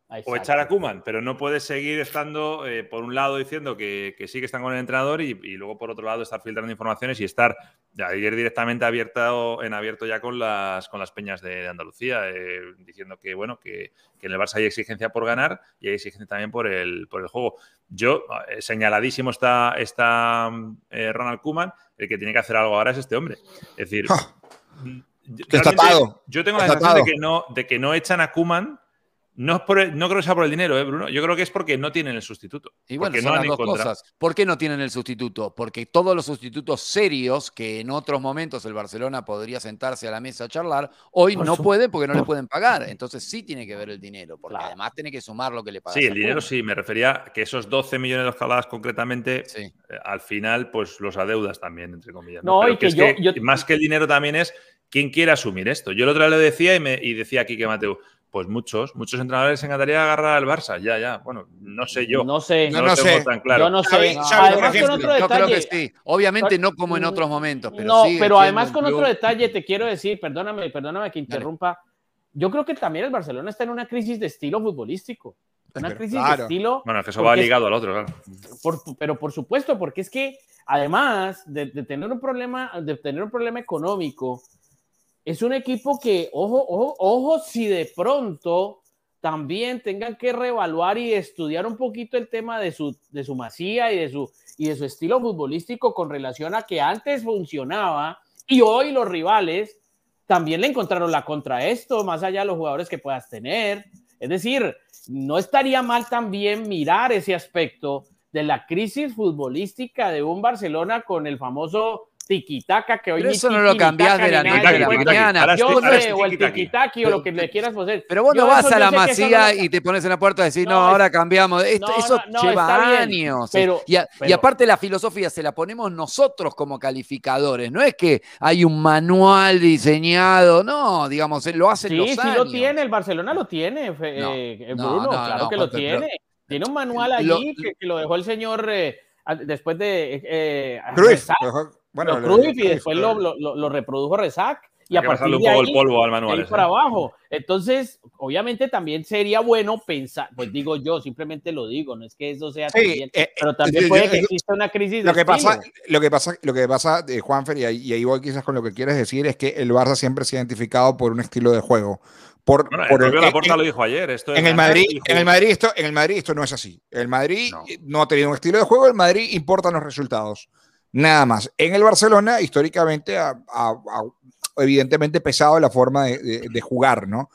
O echar a Koeman, pero no puedes seguir estando, eh, por un lado, diciendo que, que sí que están con el entrenador y, y luego, por otro lado, estar filtrando informaciones y estar ya, ir directamente abierto, en abierto ya con las, con las peñas de, de Andalucía, eh, diciendo que, bueno, que, que en el Barça hay exigencia por ganar y hay exigencia también por el, por el juego. Yo, eh, señaladísimo está, está eh, Ronald Koeman, el que tiene que hacer algo ahora es este hombre. Es decir, yo tengo la sensación de que, no, de que no echan a Koeman. No, es por el, no creo que sea por el dinero, ¿eh, Bruno? Yo creo que es porque no tienen el sustituto. Y bueno, porque son no las han dos encontrado. cosas. ¿Por qué no tienen el sustituto? Porque todos los sustitutos serios que en otros momentos el Barcelona podría sentarse a la mesa a charlar, hoy por no su... pueden porque no le pueden pagar. Entonces sí tiene que ver el dinero, porque claro. además tiene que sumar lo que le pagan. Sí, el dinero sí. Me refería a que esos doce millones de escaladas concretamente, sí. eh, al final, pues los adeudas también, entre comillas. No, no y que, que, yo, es que yo... más que el dinero también es quién quiere asumir esto. Yo el otro día lo decía y, me, y decía aquí que Mateu, pues muchos, muchos entrenadores se encantaría agarrar al Barça. Ya, ya. Bueno, no sé yo. No sé. No, no lo sé. tengo tan claro. Yo no sé. No, además, con otro detalle. Yo creo que sí. Obviamente no como en otros momentos, pero no, sí. pero además con otro detalle te quiero decir, perdóname, perdóname que interrumpa. Dale. Yo creo que también el Barcelona está en una crisis de estilo futbolístico. Una crisis claro. de estilo. Bueno, es que eso va ligado al otro, claro. Por, pero por supuesto, porque es que además de, de tener un problema, de tener un problema económico, es un equipo que, ojo, ojo, ojo, si de pronto también tengan que reevaluar y estudiar un poquito el tema de su, de su masía y de su, y de su estilo futbolístico con relación a que antes funcionaba y hoy los rivales también le encontraron la contra a esto, más allá de los jugadores que puedas tener. Es decir, no estaría mal también mirar ese aspecto de la crisis futbolística de un Barcelona con el famoso tiki-taka que hoy pero eso no lo cambiás de la noche a la mañana. Yo sé, o el tiki-taki o lo que le quieras hacer. Pero vos no vas a la masía y te pones en la puerta y decís, no, ahora cambiamos. Esto, eso lleva años. Pero, y, a, pero, y aparte la filosofía se la ponemos nosotros como calificadores. No es que hay un manual diseñado. No, digamos, lo hacen los años. Sí, sí lo tiene. El Barcelona lo tiene, eh, Bruno. Claro que lo tiene. Tiene un manual allí que lo dejó el señor después de... Cruyff. Bueno, lo Cruyff y después lo, lo, lo reprodujo Rezac y a partir de ahí, un poco el polvo al manual, ahí para abajo. Entonces, obviamente también sería bueno pensar, pues digo yo, simplemente lo digo, no es que eso sea sí, también, eh, pero también eh, puede eh, que exista una crisis lo de que estilo. pasa, lo que pasa, lo que pasa, eh, Juanfer, y ahí, y ahí voy quizás con lo que quieres decir, es que el Barça siempre se ha identificado por un estilo de juego. Por, bueno, por el propio el, Laporta en, lo dijo ayer. Esto en, el Madrid, en, el Madrid esto, en el Madrid esto no es así. El Madrid no. no ha tenido un estilo de juego, el Madrid importa los resultados. Nada más. En el Barcelona, históricamente, ha, ha, ha evidentemente pesado la forma de, de, de jugar, ¿no?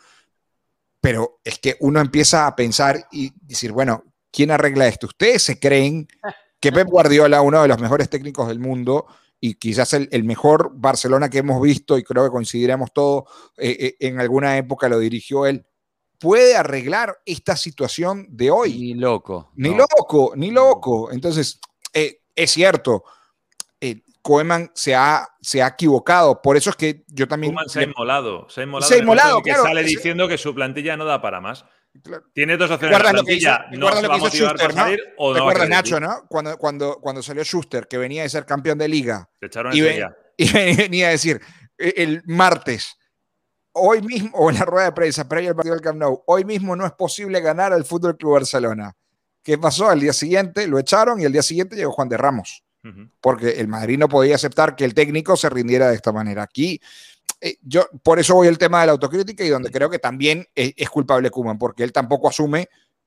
Pero es que uno empieza a pensar y decir, bueno, ¿quién arregla esto? ¿Ustedes se creen que Pep Guardiola, uno de los mejores técnicos del mundo, y quizás el, el mejor Barcelona que hemos visto, y creo que coincidiremos todos, eh, eh, en alguna época lo dirigió él, puede arreglar esta situación de hoy? Ni loco. Ni no. loco, ni loco. Entonces, eh, es cierto, eh, Koeman se ha, se ha equivocado. Por eso es que yo también... Koeman se ha inmolado. Se ha inmolado. Se ha inmolado, que claro. sale Ese... diciendo que su plantilla no da para más. Claro. Tiene dos opciones. La plantilla hizo, no se va a motivar Schuster, por salir ¿no? o no. ¿Te acuerdas, va a Nacho, no? Cuando, cuando, cuando salió Schuster, que venía de ser campeón de liga. Te echaron y, ven, y venía a decir, el martes, hoy mismo, o en la rueda de prensa, previo al partido del Camp Nou, hoy mismo no es posible ganar al Fútbol Club Barcelona. ¿Qué pasó? Al día siguiente lo echaron y al día siguiente llegó Juan de Ramos. Uh-huh. Porque el Madrid no podía aceptar que el técnico se rindiera de esta manera. Aquí, eh, yo, por eso voy al tema de la autocrítica y donde creo que también es, es culpable Koeman, porque él tampoco asume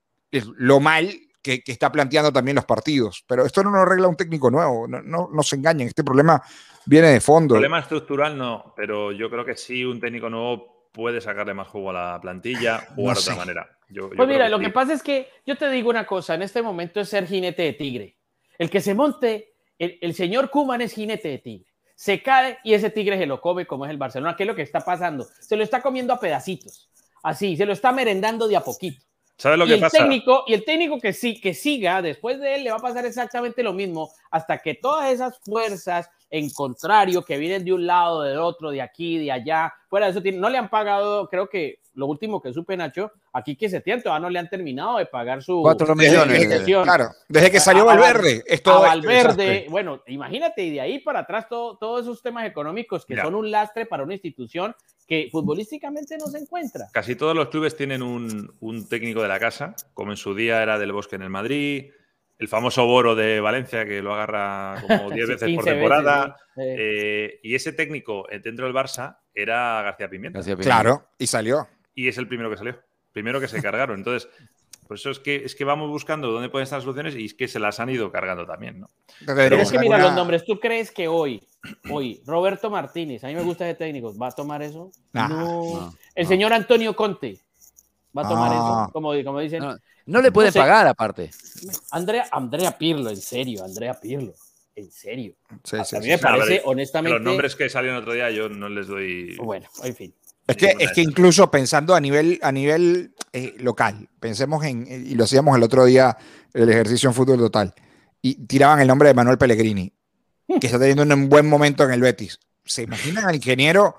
lo mal que, que está planteando también los partidos. Pero esto no lo arregla un técnico nuevo, no, no, no se engañen, este problema viene de fondo. El problema estructural no, pero yo creo que sí un técnico nuevo puede sacarle más jugo a la plantilla, jugar no de otra manera. Yo, yo pues mira, que lo sí. que pasa es que yo te digo una cosa, en este momento es ser jinete de tigre. El que se monte, el, el señor Koeman es jinete de tigre. Se cae y ese tigre se lo come como es el Barcelona. ¿Qué es lo que está pasando? Se lo está comiendo a pedacitos, así, se lo está merendando de a poquito. ¿Sabes lo y que el pasa? Técnico, y el técnico que, sí, que siga después de él le va a pasar exactamente lo mismo hasta que todas esas fuerzas en contrario que vienen de un lado, del otro, de aquí, de allá, fuera de eso, no le han pagado, creo que lo último que supe, Nacho, aquí que Setién todavía no le han terminado de pagar su... Cuatro millones. Desde, claro, desde que salió a, Valverde. Es todo a Valverde, este bueno, imagínate, y de ahí para atrás todo, todos esos temas económicos que ya. son un lastre para una institución que futbolísticamente no se encuentra. Casi todos los clubes tienen un, un técnico de la casa, como en su día era Del Bosque en el Madrid, el famoso Boro de Valencia, que lo agarra como diez veces por temporada. Veces, ¿sí? eh, y ese técnico dentro del Barça era García Pimienta. García Pimienta. Claro, y salió. Y es el primero que salió. Primero que se cargaron. Entonces, por eso es que, es que vamos buscando dónde pueden estar las soluciones y es que se las han ido cargando también, ¿no? Pero, Pero es que mira una... los nombres. ¿Tú crees que hoy, hoy, Roberto Martínez, a mí me gusta ese técnico, va a tomar eso? Nah, no. no. El no. señor Antonio Conte va a tomar ah. eso, como, como dicen. No, no le pueden no sé. pagar aparte. Andrea, Andrea Pirlo, en serio, Andrea Pirlo. En serio. Sí, sí, a mí sí, me sí. parece, ver, honestamente... Los nombres que salieron otro día yo no les doy... Bueno, en fin. Es que, es que incluso pensando a nivel, a nivel eh, local, pensemos en, y lo hacíamos el otro día, el ejercicio en Fútbol Total, y tiraban el nombre de Manuel Pellegrini, que está teniendo un buen momento en el Betis. ¿Se imaginan al ingeniero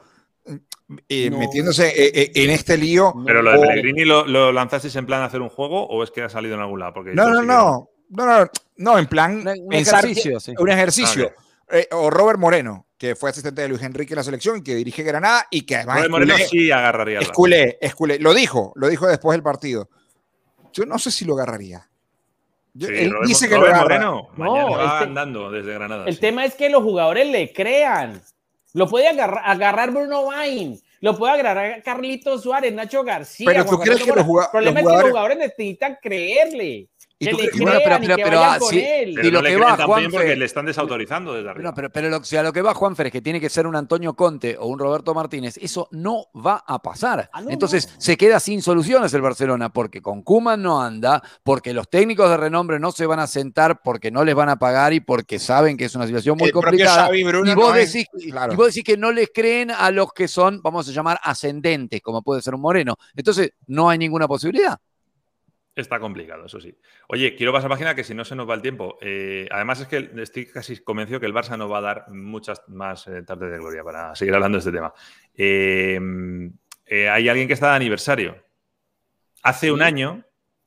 eh, no. metiéndose eh, en este lío? Pero lo de Pellegrini, ¿lo, lo lanzasteis en plan hacer un juego o es que ha salido en algún lado? Porque no, no, sí no, no, no, no, en plan un, un ejercicio. Que, sí. Un ejercicio. Ah, okay. eh, o Robert Moreno, que fue asistente de Luis Enrique en la selección, que dirige Granada y que además... Robert Moreno culé, sí agarraría. Es culé, es culé. Lo dijo, lo dijo después del partido. Yo no sé si lo agarraría. Yo, sí, él Robert, dice que Robert lo Moreno no, mañana va este, andando desde Granada. El sí. tema es que los jugadores le crean. Lo puede agarrar, agarrar Bruno Vain, lo puede agarrar Carlitos Suárez, Nacho García. Pero tú crees que los, jugad- el problema los es que jugadores... los jugadores necesitan creerle. ¿Y que tú le crees? crean Bueno, pero, y pero, que pero, vayan ah, con sí, él. Pero y lo no que le va, también Juanfe, porque le están desautorizando desde arriba. No, pero, pero lo, o sea, lo que va, Juanfer, es que tiene que ser un Antonio Conte o un Roberto Martínez. Eso no va a pasar. Ah, no, Entonces, no. se queda sin soluciones el Barcelona, porque con Koeman no anda, porque los técnicos de renombre no se van a sentar, porque no les van a pagar y porque saben que es una situación muy el complicada. Xavi, Bruno, y, vos no decís, es, claro. y vos decís que no les creen a los que son, vamos a llamar, ascendentes, como puede ser un Moreno. Entonces, no hay ninguna posibilidad. Está complicado, eso sí. Oye, quiero pasar página que si no se nos va el tiempo. Eh, además es que estoy casi convencido que el Barça nos va a dar muchas más eh, tardes de gloria para seguir hablando de este tema. Eh, eh, hay alguien que está de aniversario. Hace ¿Sí? un año,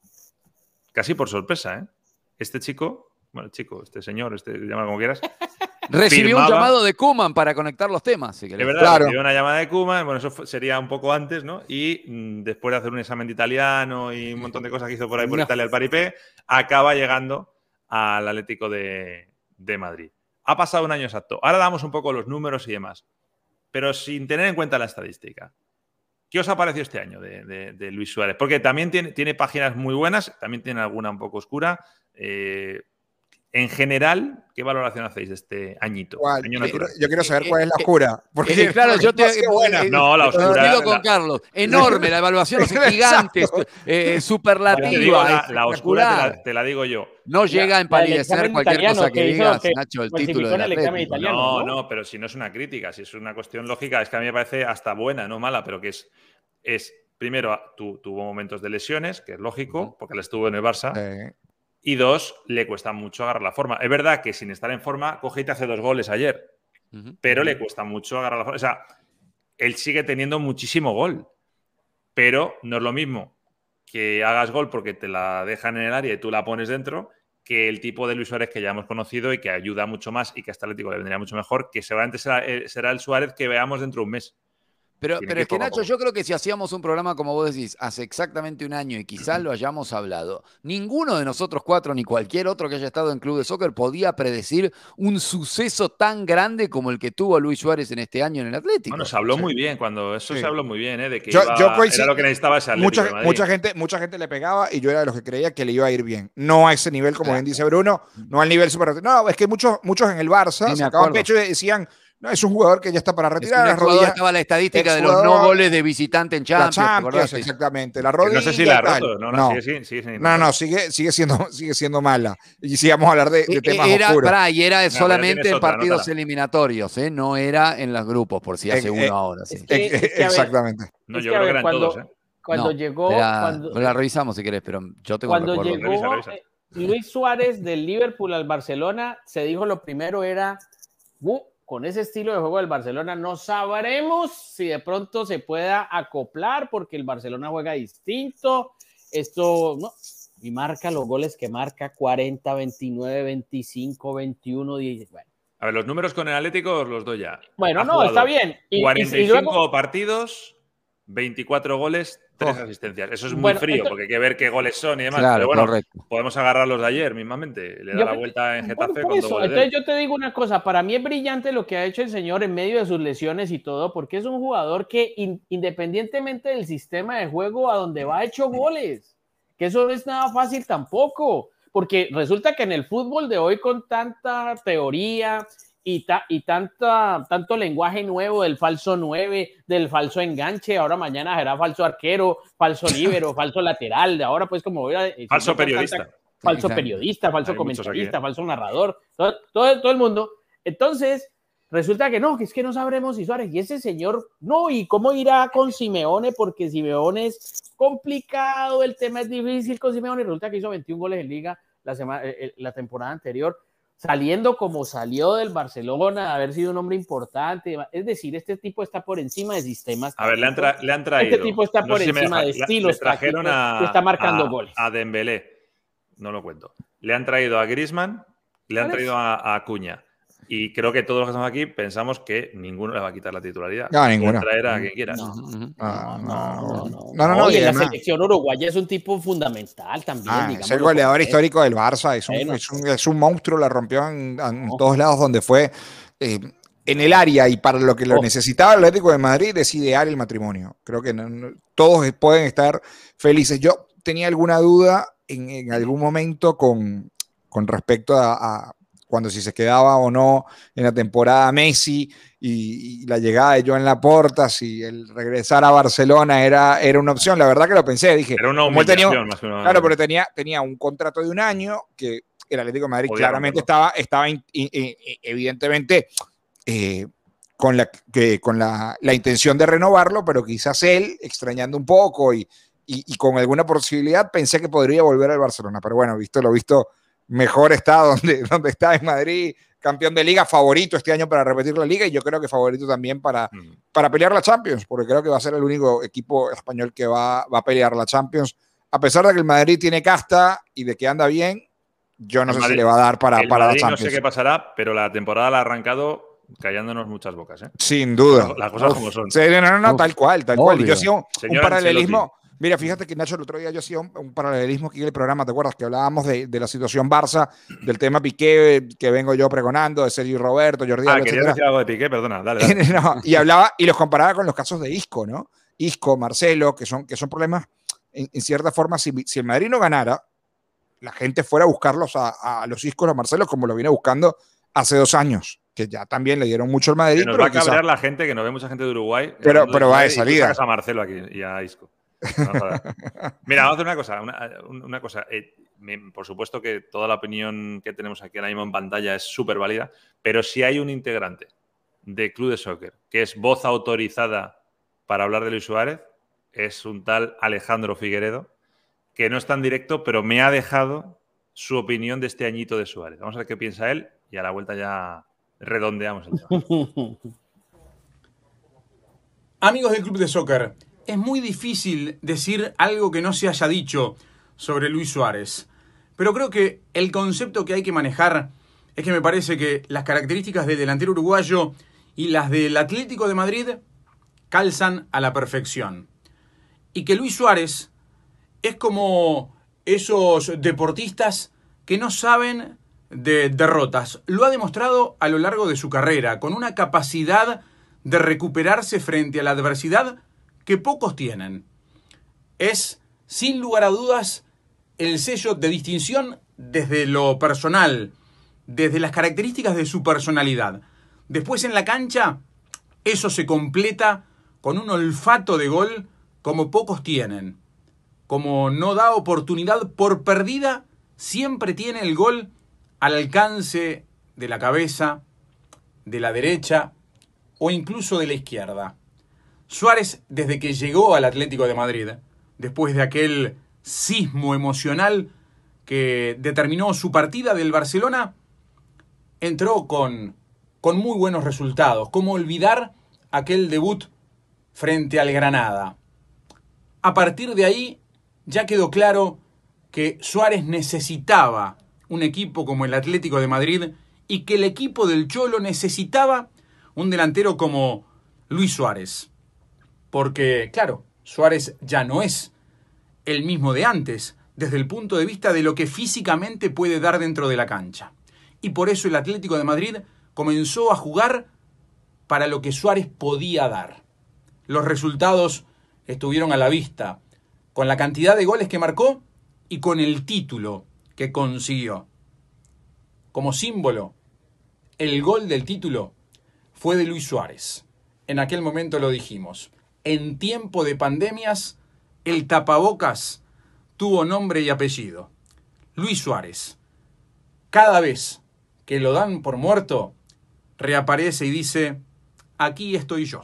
casi por sorpresa, ¿eh? Este chico, bueno, chico, este señor, este, llámalo como quieras, recibió firmaba, un llamado de Koeman para conectar los temas. Si es verdad, claro. recibió una llamada de Koeman, bueno, eso fue, sería un poco antes, ¿no? Y mmm, después de hacer un examen de italiano y un montón de cosas que hizo por ahí por no. Italia, el paripé, acaba llegando al Atlético de, de Madrid. Ha pasado un año exacto. Ahora damos un poco los números y demás, pero sin tener en cuenta la estadística. ¿Qué os ha parecido este año de, de, de Luis Suárez? Porque también tiene, tiene páginas muy buenas, también tiene alguna un poco oscura. Eh, En general, ¿qué valoración hacéis de este añito? Año yo, quiero, yo quiero saber cuál es la oscura. Porque eh, claro, yo te buena. No, la oscura. Digo con la... Carlos. Enorme, la evaluación es gigante, eh, superlativa. La, la oscura te la, te la digo yo. No llega a empalidecer cualquier cosa que, que digas, que Nacho, el título del Atlético. No, no, pero si no es una crítica, si es una cuestión lógica, es que a mí me parece hasta buena, no mala, pero que es, es primero, tu, tuvo momentos de lesiones, que es lógico, porque él estuvo en el Barça. Eh. Y dos, le cuesta mucho agarrar la forma. Es verdad que sin estar en forma, coge y te hace dos goles ayer. Uh-huh. Pero le cuesta mucho agarrar la forma. O sea, él sigue teniendo muchísimo gol. Pero no es lo mismo que hagas gol porque te la dejan en el área y tú la pones dentro, que el tipo de Luis Suárez que ya hemos conocido y que ayuda mucho más y que a este Atlético le vendría mucho mejor, que seguramente será, será el Suárez que veamos dentro de un mes. Pero, pero es que, Nacho, yo creo que si hacíamos un programa, como vos decís, hace exactamente un año y quizás lo hayamos hablado, ninguno de nosotros cuatro, ni cualquier otro que haya estado en Club de Soccer, podía predecir un suceso tan grande como el que tuvo Luis Suárez en este año en el Atlético. Bueno, se habló sí. muy bien, cuando eso sí. se habló muy bien, ¿eh? De que yo, iba, yo coincid... era lo que necesitaba ese Atlético mucha, de Madrid. Mucha gente, mucha gente le pegaba y yo era de los que creía que le iba a ir bien. No a ese nivel, como claro. bien dice Bruno, no al nivel super... No, es que muchos, muchos en el Barça sí, sacaban pecho y decían... No, es un jugador que ya está para retirar. Es un rodillas, estaba la estadística de los no goles de visitante en Champions. La Champions exactamente. La rodilla, no sé si la ha roto. No, no, no, sigue, sigue, sigue no, no sigue, sigue, siendo, sigue siendo mala. Y si vamos a hablar de, de temas era, oscuros. Para, y era no, solamente en otra, partidos nótala. eliminatorios, ¿eh? No era en los grupos, por si hace eh, uno eh, ahora. Sí. Es que, es que, exactamente. Ver, no, es yo que creo que eran cuando, todos. ¿eh? Cuando no, llegó. Era, cuando, la revisamos si querés, pero yo tengo Cuando recuerdo. llegó revisa, revisa. Eh, Luis Suárez del Liverpool al Barcelona, se dijo lo primero era. Uh, con ese estilo de juego del Barcelona no sabremos si de pronto se pueda acoplar porque el Barcelona juega distinto. Esto, no, y marca los goles que marca, cuarenta, veintinueve, veinticinco, veintiuno, diez. Bueno. A ver, los números con el Atlético os los doy ya. Bueno, ha no, está bien. Y, cuarenta y cinco y luego... partidos, veinticuatro goles, tres oh. asistencias. Eso es muy bueno, frío, esto... porque hay que ver qué goles son y demás. Claro, pero bueno, correcto. Podemos agarrarlos de ayer mismamente. Le da yo, la vuelta en Getafe. Por, por con eso, goles entonces yo te digo una cosa. Para mí es brillante lo que ha hecho el señor en medio de sus lesiones y todo, porque es un jugador que in, independientemente del sistema de juego a donde va ha hecho goles. Que eso no es nada fácil tampoco. Porque resulta que en el fútbol de hoy con tanta teoría... Y, ta, y tanta, tanto lenguaje nuevo del falso nueve, del falso enganche, ahora mañana será falso arquero, falso líbero, falso lateral, de ahora pues como... Eh, falso periodista. Tanta, falso sí, periodista, falso Hay comentarista, aquí, ¿eh? Falso narrador, todo, todo, todo el mundo. Entonces, resulta que no, que es que no sabremos si Suárez, y ese señor, no, ¿y cómo irá con Simeone? Porque Simeone es complicado, el tema es difícil con Simeone, resulta que hizo veintiún goles en Liga la, semana, eh, la temporada anterior, saliendo como salió del Barcelona, haber sido un hombre importante. Es decir, este tipo está por encima de sistemas. A ver, le han, tra le han traído. Este tipo está no por encima deja, de estilos. Le trajeron a, que está marcando a, goles. A Dembélé. No lo cuento. Le han traído a Griezmann, le han traído a, a Acuña. Y creo que todos los que estamos aquí pensamos que ninguno le va a quitar la titularidad. No, ninguno. Traer a quien quieras. No, no, no. no, no, no, no, no y en la selección uruguaya es un tipo fundamental también. Ah, es el goleador histórico del Barça. Es un, bueno. es un, es un monstruo, la rompió en, en no. todos lados donde fue. Eh, en el área y para lo que lo oh. necesitaba el Atlético de Madrid es ideal el matrimonio. Creo que no, no, todos pueden estar felices. Yo tenía alguna duda en, en algún momento con, con respecto a, a cuando si se quedaba o no en la temporada Messi y, y la llegada de Joan Laporta, si el regresar a Barcelona era, era una opción. La verdad que lo pensé, dije. Era una humillación, tenía, más que una... Claro, pero tenía, tenía un contrato de un año que el Atlético de Madrid Podía claramente estaba, estaba in, in, in, evidentemente eh, con, la, que, con la, la intención de renovarlo, pero quizás él, extrañando un poco y, y, y con alguna posibilidad, pensé que podría volver al Barcelona. Pero bueno, visto lo visto, mejor está donde, donde está en Madrid, campeón de liga, favorito este año para repetir la liga y yo creo que favorito también para, mm. para pelear la Champions, porque creo que va a ser el único equipo español que va, va a pelear la Champions. A pesar de que el Madrid tiene casta y de que anda bien, yo no el sé Madrid, si le va a dar para, para Madrid la Champions. No sé qué pasará, pero la temporada la ha arrancado callándonos muchas bocas. ¿eh? Sin duda. Las cosas Uf. como son. Sí, no, no, no, tal cual, tal Obvio. cual. Y yo hacía un, un paralelismo... Ancelotti. Mira, fíjate que Nacho el otro día yo hacía un, un paralelismo aquí en el programa, ¿te acuerdas? Que hablábamos de, de la situación Barça, del tema Piqué, que vengo yo pregonando, de Sergio Roberto, Jordi Ah, Alba, querías decir algo de Piqué, perdona, dale. dale. no, y hablaba, y los comparaba con los casos de Isco, ¿no? Isco, Marcelo, que son, que son problemas, en, en cierta forma, si, si el Madrid no ganara, la gente fuera a buscarlos a, a los Iscos, a Marcelo, como lo viene buscando hace dos años, que ya también le dieron mucho al Madrid. Que nos pero va a cabrear quizá... la gente, que nos ve mucha gente de Uruguay. Pero, pero va de salida. Y tú sacas a Marcelo aquí y a Isco. No, Mira, vamos a hacer una cosa. Una, una cosa. Eh, me, por supuesto que toda la opinión que tenemos aquí ahora mismo en pantalla es súper válida, pero si hay un integrante de Club de Soccer que es voz autorizada para hablar de Luis Suárez, es un tal Alejandro Figueredo, que no está en directo, pero me ha dejado su opinión de este añito de Suárez. Vamos a ver qué piensa él y a la vuelta ya redondeamos el tema. Amigos del Club de Soccer, es muy difícil decir algo que no se haya dicho sobre Luis Suárez. Pero creo que el concepto que hay que manejar es que me parece que las características del delantero uruguayo y las del Atlético de Madrid calzan a la perfección. Y que Luis Suárez es como esos deportistas que no saben de derrotas. Lo ha demostrado a lo largo de su carrera, con una capacidad de recuperarse frente a la adversidad que pocos tienen. Es, sin lugar a dudas, el sello de distinción desde lo personal, desde las características de su personalidad. Después en la cancha, eso se completa con un olfato de gol como pocos tienen. Como no da oportunidad por perdida, siempre tiene el gol al alcance de la cabeza, de la derecha o incluso de la izquierda. Suárez, desde que llegó al Atlético de Madrid, después de aquel sismo emocional que determinó su partida del Barcelona, entró con con muy buenos resultados. ¿Cómo olvidar aquel debut frente al Granada? A partir de ahí ya quedó claro que Suárez necesitaba un equipo como el Atlético de Madrid y que el equipo del Cholo necesitaba un delantero como Luis Suárez. Porque, claro, Suárez ya no es el mismo de antes, desde el punto de vista de lo que físicamente puede dar dentro de la cancha. Y por eso el Atlético de Madrid comenzó a jugar para lo que Suárez podía dar. Los resultados estuvieron a la vista, con la cantidad de goles que marcó y con el título que consiguió. Como símbolo, el gol del título fue de Luis Suárez. En aquel momento lo dijimos. En tiempo de pandemias, el tapabocas tuvo nombre y apellido. Luis Suárez. Cada vez que lo dan por muerto, reaparece y dice, aquí estoy yo.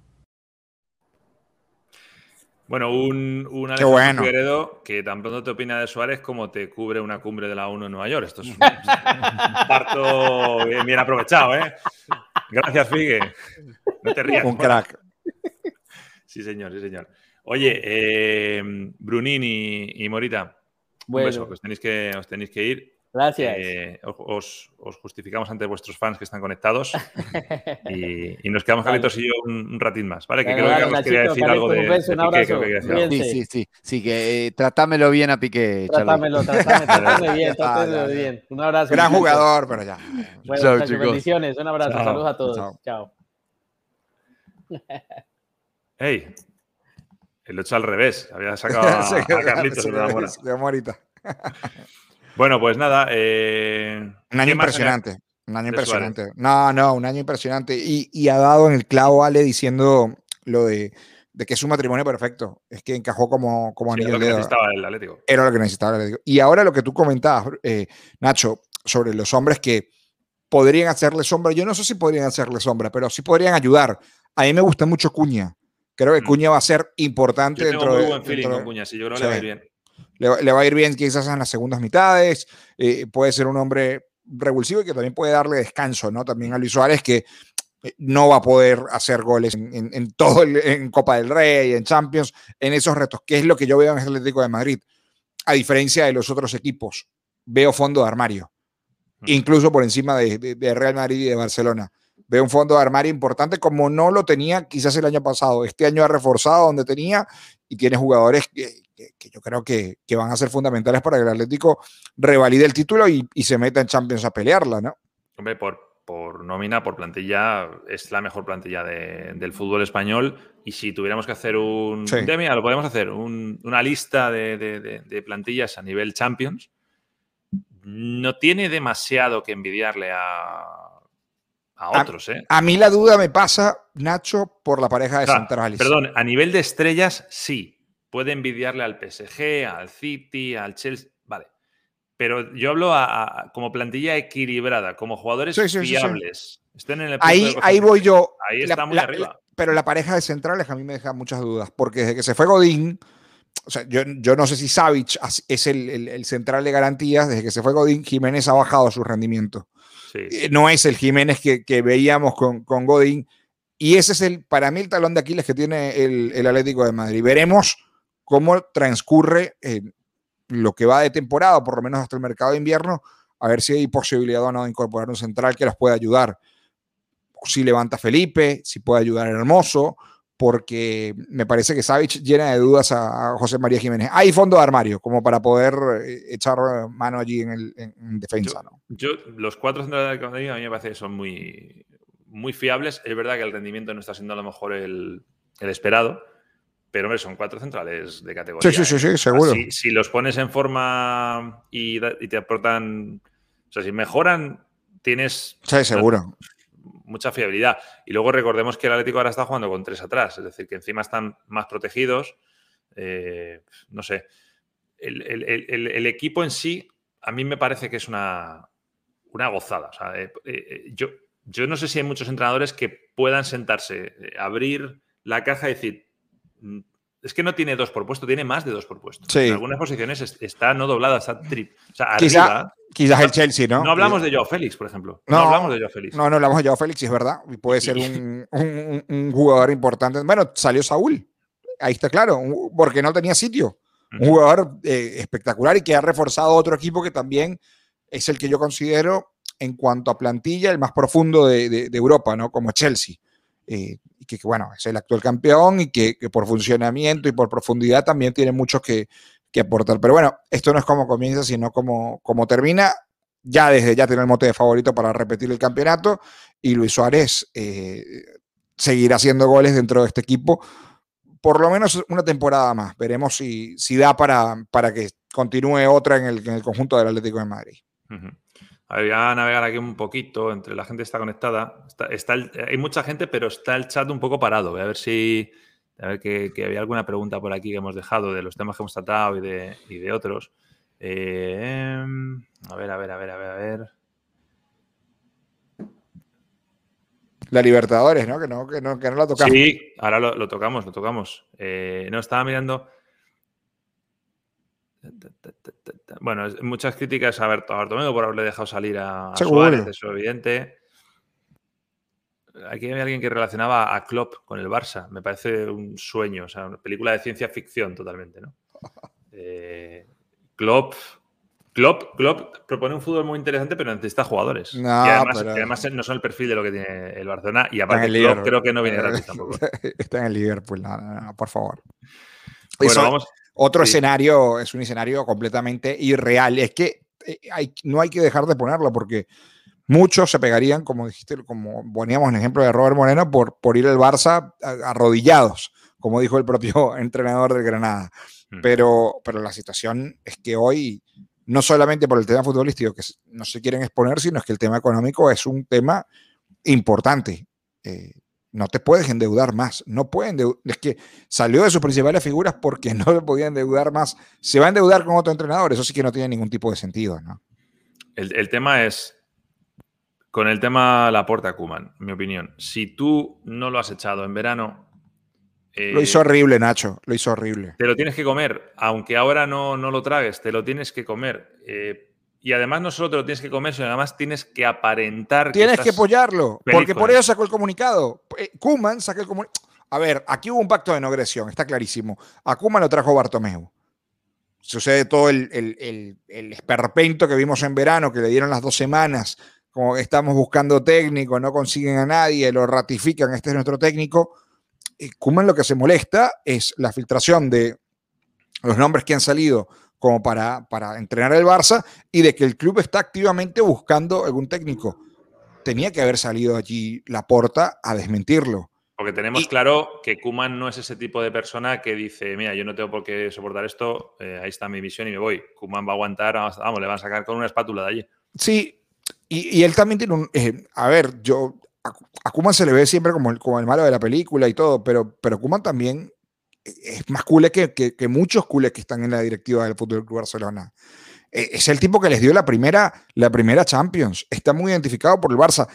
Bueno, un, un Alejandro bueno. Figueredo que tan pronto te opina de Suárez como te cubre una cumbre de la ONU en Nueva York. Esto es un, un parto bien, bien aprovechado, ¿eh? Gracias, Figue. No te rías. Un crack. Sí, señor, sí, señor. Oye, eh, Brunín y, y Morita, Bueno. un beso, que os tenéis que, os tenéis que ir. Gracias. Eh, os, os justificamos ante vuestros fans que están conectados y, y nos quedamos, vale. Carlitos y yo, un, un ratín más, ¿vale? Que bueno, creo vale, que Carlos quería decir algo de, beso, de Piqué, creo que quería decir algo. Sí, sí, sí, sí, que eh, tratámelo bien a Piqué. Tratámelo, tratámelo, tratámelo bien, tratámelo bien. Un abrazo. Gran muchachos. Jugador, pero ya. Bueno, chao, chicos. Bendiciones, un abrazo, chao. Saludos a todos. Chao. Chao. Hey, lo he hecho al revés, había sacado a, a Carlitos. De Morita. Bueno, pues nada. Eh, un año impresionante. Un año impresionante. Suárez? No, no, un año impresionante. Y, y ha dado en el clavo, Ale, diciendo lo de, de que es un matrimonio perfecto. Es que encajó como, como sí, anillo al dedo. Era lo que necesitaba el Atlético. Era lo que necesitaba el Atlético. Y ahora lo que tú comentabas, eh, Nacho, sobre los hombres que podrían hacerle sombra. Yo no sé si podrían hacerle sombra, pero sí podrían ayudar. A mí me gusta mucho Cuña. Creo que mm. Cuña va a ser importante yo dentro tengo muy de. buen feeling dentro con Cuña, sí, yo creo que sí. le va a ir bien. Le, le va a ir bien quizás en las segundas mitades, eh, puede ser un hombre revulsivo y que también puede darle descanso, ¿no? También a Luis Suárez, que no va a poder hacer goles en, en, en todo el, en Copa del Rey, en Champions, en esos retos, que es lo que yo veo en el Atlético de Madrid. A diferencia de los otros equipos, veo fondo de armario, incluso por encima de, de, de Real Madrid y de Barcelona. Veo un fondo de armario importante como no lo tenía quizás el año pasado. Este año ha reforzado donde tenía y tiene jugadores que, que, que yo creo que, que van a ser fundamentales para que el Atlético revalide el título y, y se meta en Champions a pelearla, ¿no? Hombre, por, por nómina, por plantilla, es la mejor plantilla de, del fútbol español. Y si tuviéramos que hacer un... Sí. Ya, mira, lo podemos hacer, un, una lista de, de, de, de plantillas a nivel Champions. No tiene demasiado que envidiarle a... A otros, ¿eh? A, a mí la duda me pasa, Nacho, por la pareja de o sea, centrales. Perdón, a nivel de estrellas, sí. Puede envidiarle al P S G, al City, al Chelsea. Vale. Pero yo hablo a, a, como plantilla equilibrada, como jugadores sí, sí, fiables. Sí, sí. Estén en el punto ahí, de ahí voy yo. Ahí la, está muy la, arriba. La, pero la pareja de centrales a mí me deja muchas dudas. Porque desde que se fue Godín, o sea, yo, yo no sé si Savic es el, el, el central de garantías. Desde que se fue Godín, Jiménez ha bajado su rendimiento. Sí. No es el Jiménez que, que veíamos con, con Godín. Y ese es el, para mí el talón de Aquiles que tiene el, el Atlético de Madrid. Veremos cómo transcurre eh, lo que va de temporada, por lo menos hasta el mercado de invierno, a ver si hay posibilidad o no de incorporar un central que los pueda ayudar. Si levanta Felipe, si puede ayudar a Hermoso, porque me parece que Savic llena de dudas a, a José María Jiménez. Hay fondo de armario como para poder echar mano allí en, el, en, en defensa. Yo, ¿no? yo, los cuatro centrales de Madrid a mí me parece que son muy, muy fiables. Es verdad que el rendimiento no está siendo a lo mejor el, el esperado, pero hombre, son cuatro centrales de categoría. Sí, sí, sí, sí, ¿eh? seguro. Si, si los pones en forma y, y te aportan, o sea, si mejoran, tienes... Sí, seguro. Mucha fiabilidad. Y luego recordemos que el Atlético ahora está jugando con tres atrás, es decir, que encima están más protegidos. Eh, no sé. El, el, el, el equipo en sí, a mí me parece que es una, una gozada. O sea, eh, eh, yo, yo no sé si hay muchos entrenadores que puedan sentarse, eh, abrir la caja y decir, es que no tiene dos por puesto, tiene más de dos por puesto. Sí. En algunas posiciones está no doblada, está trip. O sea, Quizá, arriba. Quizás el Chelsea, ¿no? No hablamos de Joao Félix, por ejemplo. No, no hablamos de Joao Félix. No, no hablamos de Joao Félix, es verdad. Y puede ser un, un, un jugador importante. Bueno, salió Saúl. Ahí está claro, porque no tenía sitio. Un jugador eh, espectacular y que ha reforzado otro equipo que también es el que yo considero, en cuanto a plantilla, el más profundo de, de, de Europa, ¿no? Como Chelsea. Eh, y que, que, bueno, es el actual campeón y que, que por funcionamiento y por profundidad también tiene mucho que, que aportar. Pero bueno, esto no es como comienza, sino como, como termina. Ya desde ya tiene el mote de favorito para repetir el campeonato y Luis Suárez eh, seguirá haciendo goles dentro de este equipo por lo menos una temporada más. Veremos si, si da para, para que continúe otra en el, en el conjunto del Atlético de Madrid. Uh-huh. A ver, voy a navegar aquí un poquito, entre la gente está conectada. Está, está el, hay mucha gente, pero está el chat un poco parado. Voy a ver si a ver que, que había alguna pregunta por aquí que hemos dejado de los temas que hemos tratado y de, y de otros. Eh, a ver, a ver, a ver, a ver, a ver. La Libertadores, ¿no? Que no, que no, que no la tocamos. Sí, ahora lo, lo tocamos, lo tocamos. Eh, no, estaba mirando... Bueno, muchas críticas a Bartomeu por haberle dejado salir a, a Suárez, eso es evidente. Aquí hay alguien que relacionaba a Klopp con el Barça. Me parece un sueño, o sea, una película de ciencia ficción totalmente, ¿no? Eh, Klopp, Klopp, Klopp propone un fútbol muy interesante, pero necesita jugadores. No, y además, pero... y además no son el perfil de lo que tiene el Barcelona. Y aparte, Klopp Liverpool. Creo que no viene gratis tampoco. Está en el Liverpool, no, no, no, por favor. Bueno, Eso, vamos. Otro sí. escenario, es un escenario completamente irreal. Es que hay, no hay que dejar de ponerlo porque muchos se pegarían, como dijiste, como poníamos el ejemplo de Robert Moreno, por, por ir al Barça arrodillados, como dijo el propio entrenador del Granada. Mm. Pero, pero la situación es que hoy, no solamente por el tema futbolístico, que no se quieren exponer, sino es que el tema económico es un tema importante. Eh, no te puedes endeudar más, no pueden endeudar, es que salió de sus principales figuras porque no le podía endeudar más, se va a endeudar con otro entrenador, eso sí que no tiene ningún tipo de sentido, ¿no? El, el tema es, con el tema Laporta Koeman, mi opinión, si tú no lo has echado en verano... Eh, lo hizo horrible, Nacho, lo hizo horrible. Te lo tienes que comer, aunque ahora no, no lo tragues, te lo tienes que comer. Eh, Y además no solo te lo tienes que comer, sino además tienes que aparentar que Tienes que apoyarlo, porque por ello sacó el comunicado. Koeman sacó el comunicado. A ver, aquí hubo un pacto de no agresión, está clarísimo. A Koeman lo trajo Bartomeu. Sucede todo el, el, el, el esperpento que vimos en verano, que le dieron las dos semanas, como estamos buscando técnico, no consiguen a nadie, lo ratifican, este es nuestro técnico. Y Koeman lo que se molesta es la filtración de los nombres que han salido como para, para entrenar el Barça y de que el club está activamente buscando algún técnico. Tenía que haber salido allí Laporta a desmentirlo. Porque tenemos y, claro que Koeman no es ese tipo de persona que dice, mira, yo no tengo por qué soportar esto, eh, ahí está mi misión y me voy. Koeman va a aguantar, vamos, vamos, le van a sacar con una espátula de allí. Sí, y, y él también tiene un... Eh, a ver, yo... A, a Koeman se le ve siempre como el, como el malo de la película y todo, pero, pero Koeman también... es más culé que, que, que muchos culés que están en la directiva del F C Barcelona. Es el tipo que les dio la primera, la primera Champions. Está muy identificado por el Barça.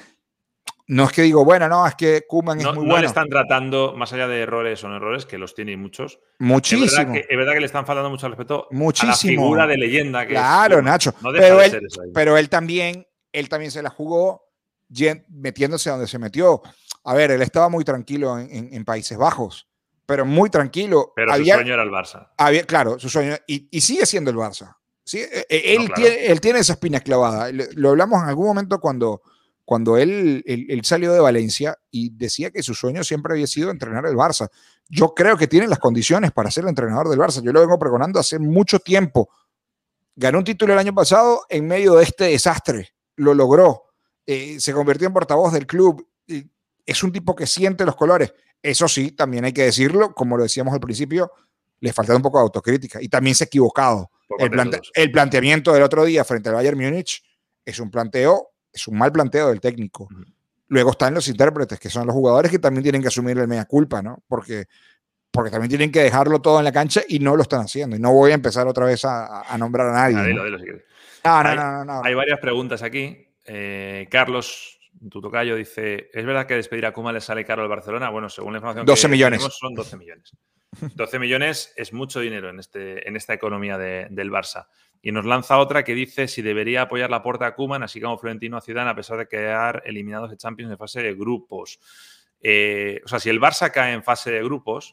No es que digo, bueno, no, es que Koeman no, es muy no bueno. No le están tratando, más allá de errores o no errores, que los tiene muchos. Muchísimo. Es verdad que, es verdad que le están faltando mucho al respeto Muchísimo. a la figura de leyenda que claro, es Koeman. Nacho. No pero, de él, ser eso ahí. pero él también, él también se la jugó metiéndose donde se metió. A ver, él estaba muy tranquilo en, en, en Países Bajos. Pero muy tranquilo. Pero había, su sueño era el Barça. Había, claro, su sueño. Y, y sigue siendo el Barça. ¿Sí? Él, no, claro. tiene, él tiene esa espina clavada. Lo hablamos en algún momento cuando, cuando él, él, él salió de Valencia y decía que su sueño siempre había sido entrenar el Barça. Yo creo que tiene las condiciones para ser el entrenador del Barça. Yo lo vengo pregonando hace mucho tiempo. Ganó un título el año pasado en medio de este desastre. Lo logró. Eh, se convirtió en portavoz del club. Eh, es un tipo que siente los colores. Eso sí, también hay que decirlo, como lo decíamos al principio, le falta un poco de autocrítica y también se ha equivocado. El, plante el planteamiento del otro día frente al Bayern Múnich es un planteo, es un mal planteo del técnico. Uh-huh. Luego están los intérpretes, que son los jugadores que también tienen que asumir el mea culpa, ¿no? Porque, porque también tienen que dejarlo todo en la cancha y no lo están haciendo. Y no voy a empezar otra vez a, a nombrar a nadie. Ah, dilo, ¿no? Dilo, si quieres. No, no, hay, no, no, no. Hay varias preguntas aquí. Eh, Carlos... Tu tocayo dice, ¿es verdad que despedir a Koeman le sale caro al Barcelona? Bueno, según la información doce que millones. tenemos, son doce millones. doce millones es mucho dinero en, este, en esta economía de, del Barça. Y nos lanza otra que dice si debería apoyar la puerta a Koeman, así como Florentino a Zidane, a pesar de quedar eliminados de Champions en fase de grupos. Eh, o sea, si el Barça cae en fase de grupos,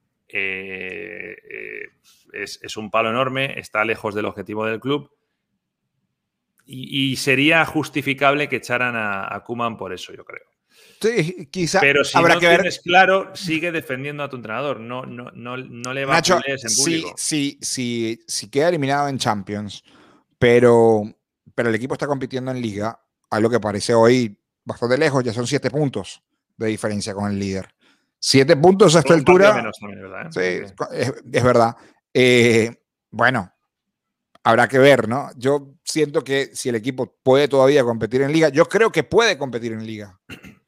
eh, eh, es, es un palo enorme, está lejos del objetivo del club y, y sería justificable que echaran a, a Koeman por eso, yo creo. Sí, quizá. Pero si habrá no que tienes ver... claro, sigue defendiendo a tu entrenador. No, no, no, no le va Nacho, a culés en público. Si, si, si, si queda eliminado en Champions, pero, pero el equipo está compitiendo en Liga, a lo que parece hoy bastante lejos, ya son siete puntos de diferencia con el líder. Siete puntos a esta un altura. Menos también, ¿verdad? Sí, es, es verdad. Eh, bueno, habrá que ver, ¿no? Yo siento que si el equipo puede todavía competir en Liga, yo creo que puede competir en Liga.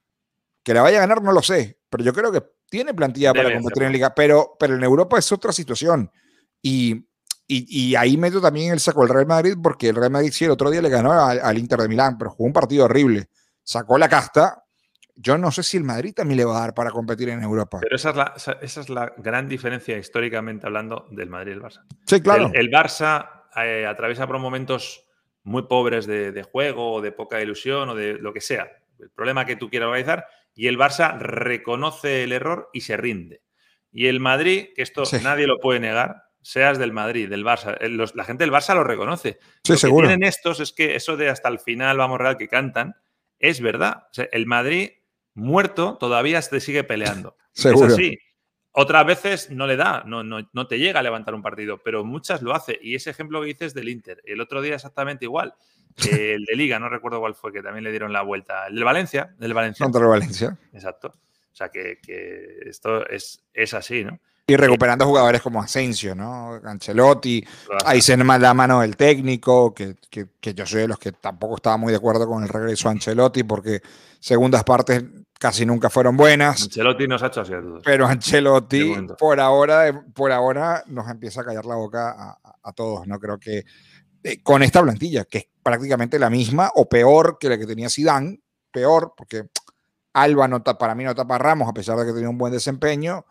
Que la vaya a ganar no lo sé, pero yo creo que tiene plantilla Debe para competir hacerlo. en Liga, pero, pero en Europa es otra situación. Y, y, y ahí meto también el saco el Real Madrid, porque el Real Madrid sí el otro día le ganó al, al Inter de Milán, pero jugó un partido horrible. Sacó la casta. Yo no sé si el Madrid también le va a dar para competir en Europa. Pero esa es la, esa es la gran diferencia históricamente hablando del Madrid y el Barça. Sí, claro. El, el Barça eh, atraviesa por momentos muy pobres de, de juego o de poca ilusión o de lo que sea. El problema que tú quieras organizar. Y el Barça reconoce el error y se rinde. Y el Madrid, que esto sí. nadie lo puede negar, seas del Madrid, del Barça, los, la gente del Barça lo reconoce. Sí, lo seguro. que tienen estos es que eso de hasta el final vamos real que cantan, es verdad. O sea, el Madrid muerto todavía se sigue peleando. Seguro. Es así. Otras veces no le da, no, no, no te llega a levantar un partido, pero muchas lo hace. Y ese ejemplo que dices del Inter, el otro día exactamente igual. Eh, el de Liga, no recuerdo cuál fue, que también le dieron la vuelta. El del Valencia, el del Valencia. Contra el Valencia. Exacto. O sea, que, que esto es, es así, ¿no? Y recuperando eh, jugadores como Asensio, ¿no? Ancelotti, ahí se da la mano del técnico, que, que, que yo soy de los que tampoco estaba muy de acuerdo con el regreso a Ancelotti, porque segundas partes casi nunca fueron buenas. Ancelotti nos ha hecho así a todos. Pero Ancelotti, por ahora, por ahora, nos empieza a callar la boca a, a, a todos, ¿no? Creo que eh, con esta plantilla, que es prácticamente la misma o peor que la que tenía Zidane, peor, porque Alba no tapa, para mí no tapa a Ramos, a pesar de que tenía un buen desempeño,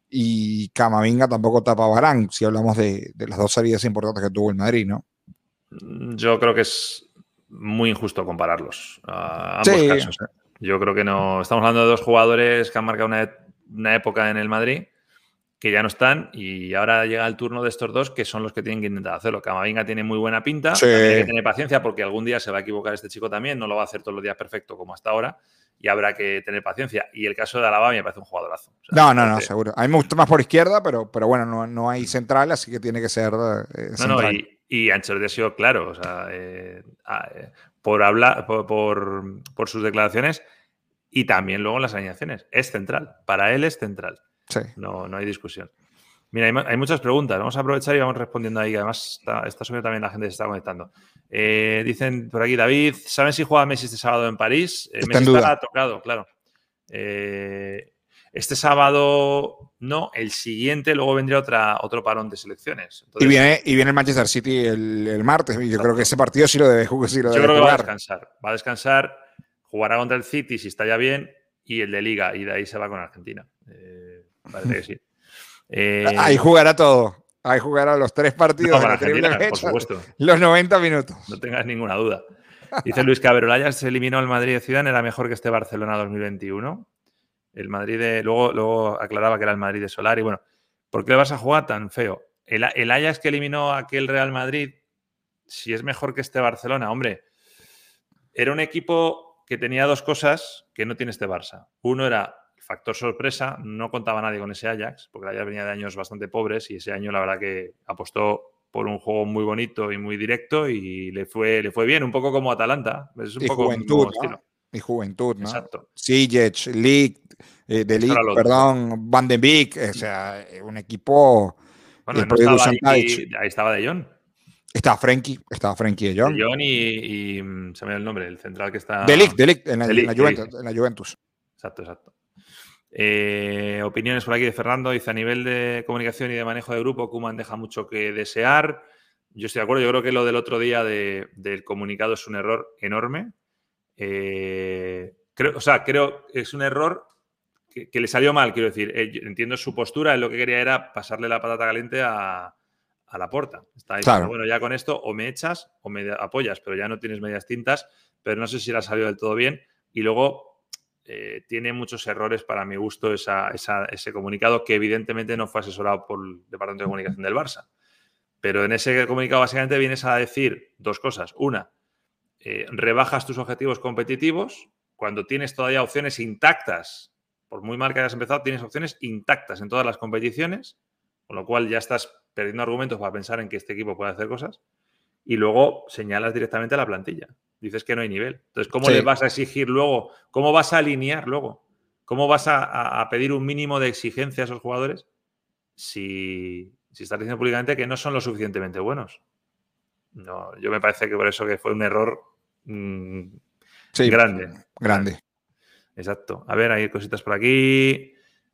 y Camavinga tampoco tapa a Varane, si hablamos de, de las dos salidas importantes que tuvo el Madrid, ¿no? Yo creo que es muy injusto compararlos, a ambos sí. casos. ¿eh? Yo creo que no. Estamos hablando de dos jugadores que han marcado una, una época en el Madrid, que ya no están, y ahora llega el turno de estos dos, que son los que tienen que intentar hacerlo. Camavinga tiene muy buena pinta, sí. hay que tener paciencia, porque algún día se va a equivocar este chico también, no lo va a hacer todos los días perfecto como hasta ahora, y habrá que tener paciencia. Y el caso de Alaba me parece un jugadorazo. O sea, no, no, no, seguro. A mí me gusta más por izquierda, pero, pero bueno, no, no hay central, así que tiene que ser eh, no, no, y, y Ancelotti ha sido claro, o sea, eh, eh, por, hablar, por, por, por sus declaraciones y también luego en las alineaciones. Es central, para él es central. Sí. No, no hay discusión. Mira, hay, hay muchas preguntas. Vamos a aprovechar y vamos respondiendo ahí. Además, está, está subiendo también la gente que se está conectando. Eh, dicen por aquí, David, ¿saben si juega Messi este sábado en París? Eh, está Messi en duda. está tocado, claro. Eh, este sábado no, el siguiente luego vendría otra, otro parón de selecciones. Entonces, y, viene, y viene el Manchester City el, el martes. Y yo exacto. creo que ese partido sí lo debe, sí lo yo debe creo jugar. Que va a descansar. Va a descansar, jugará contra el City si está ya bien y el de Liga. Y de ahí se va con Argentina. Eh, parece que sí. Eh, ahí jugará todo. Ahí jugará los tres partidos. No, Argentina, por supuesto. Los noventa minutos. No tengas ninguna duda. Dice Luis Cabero, el Ajax se eliminó el Madrid de Zidane, era mejor que este Barcelona dos mil veintiuno. El Madrid de... Luego, luego aclaraba que era el Madrid de Solari. Bueno, ¿por qué le vas a jugar tan feo? El, el Ajax que eliminó a aquel Real Madrid, si es mejor que este Barcelona, hombre, era un equipo que tenía dos cosas que no tiene este Barça. Uno era factor sorpresa, no contaba nadie con ese Ajax, porque el Ajax venía de años bastante pobres y ese año la verdad que apostó por un juego muy bonito y muy directo y le fue, le fue bien, un poco como Atalanta. Es un y poco juventud, ¿no? Y juventud, ¿no? Exacto. Sijic, Ligt, eh, de Ligt, perdón, Van de Beek, o sea, un equipo... Bueno, no estaba ahí, ahí estaba De Jong. Estaba Frenkie, estaba Frenkie de Jong. De Jong y, y, se me da el nombre, el central que está... De Ligt, de Ligt, en, de Ligt, en, la Juventus, en la Juventus. Exacto, exacto. Eh, opiniones por aquí de Fernando. Dice, a nivel de comunicación y de manejo de grupo, Koeman deja mucho que desear. Yo estoy de acuerdo. Yo creo que lo del otro día de, del comunicado es un error enorme. Eh, creo, o sea, creo que es un error que, que le salió mal, quiero decir. Eh, entiendo su postura, él lo que quería era pasarle la patata caliente a, a Laporta. Está diciendo, claro. Bueno, ya con esto o me echas o me apoyas, pero ya no tienes medias tintas, pero no sé si le ha salido del todo bien. Y luego eh, tiene muchos errores para mi gusto esa, esa, ese comunicado, que evidentemente no fue asesorado por el Departamento de Comunicación del Barça. Pero en ese comunicado básicamente vienes a decir dos cosas. Una, eh, rebajas tus objetivos competitivos cuando tienes todavía opciones intactas. Por muy mal que hayas empezado, tienes opciones intactas en todas las competiciones, con lo cual ya estás perdiendo argumentos para pensar en que este equipo puede hacer cosas. Y luego señalas directamente a la plantilla. Dices que no hay nivel. Entonces, ¿cómo sí. le vas a exigir luego? ¿Cómo vas a alinear luego? ¿Cómo vas a, a, a pedir un mínimo de exigencia a esos jugadores si, si estás diciendo públicamente que no son lo suficientemente buenos? No, yo me parece que por eso que fue un error mmm, sí, grande. Grande. Exacto. A ver, hay cositas por aquí.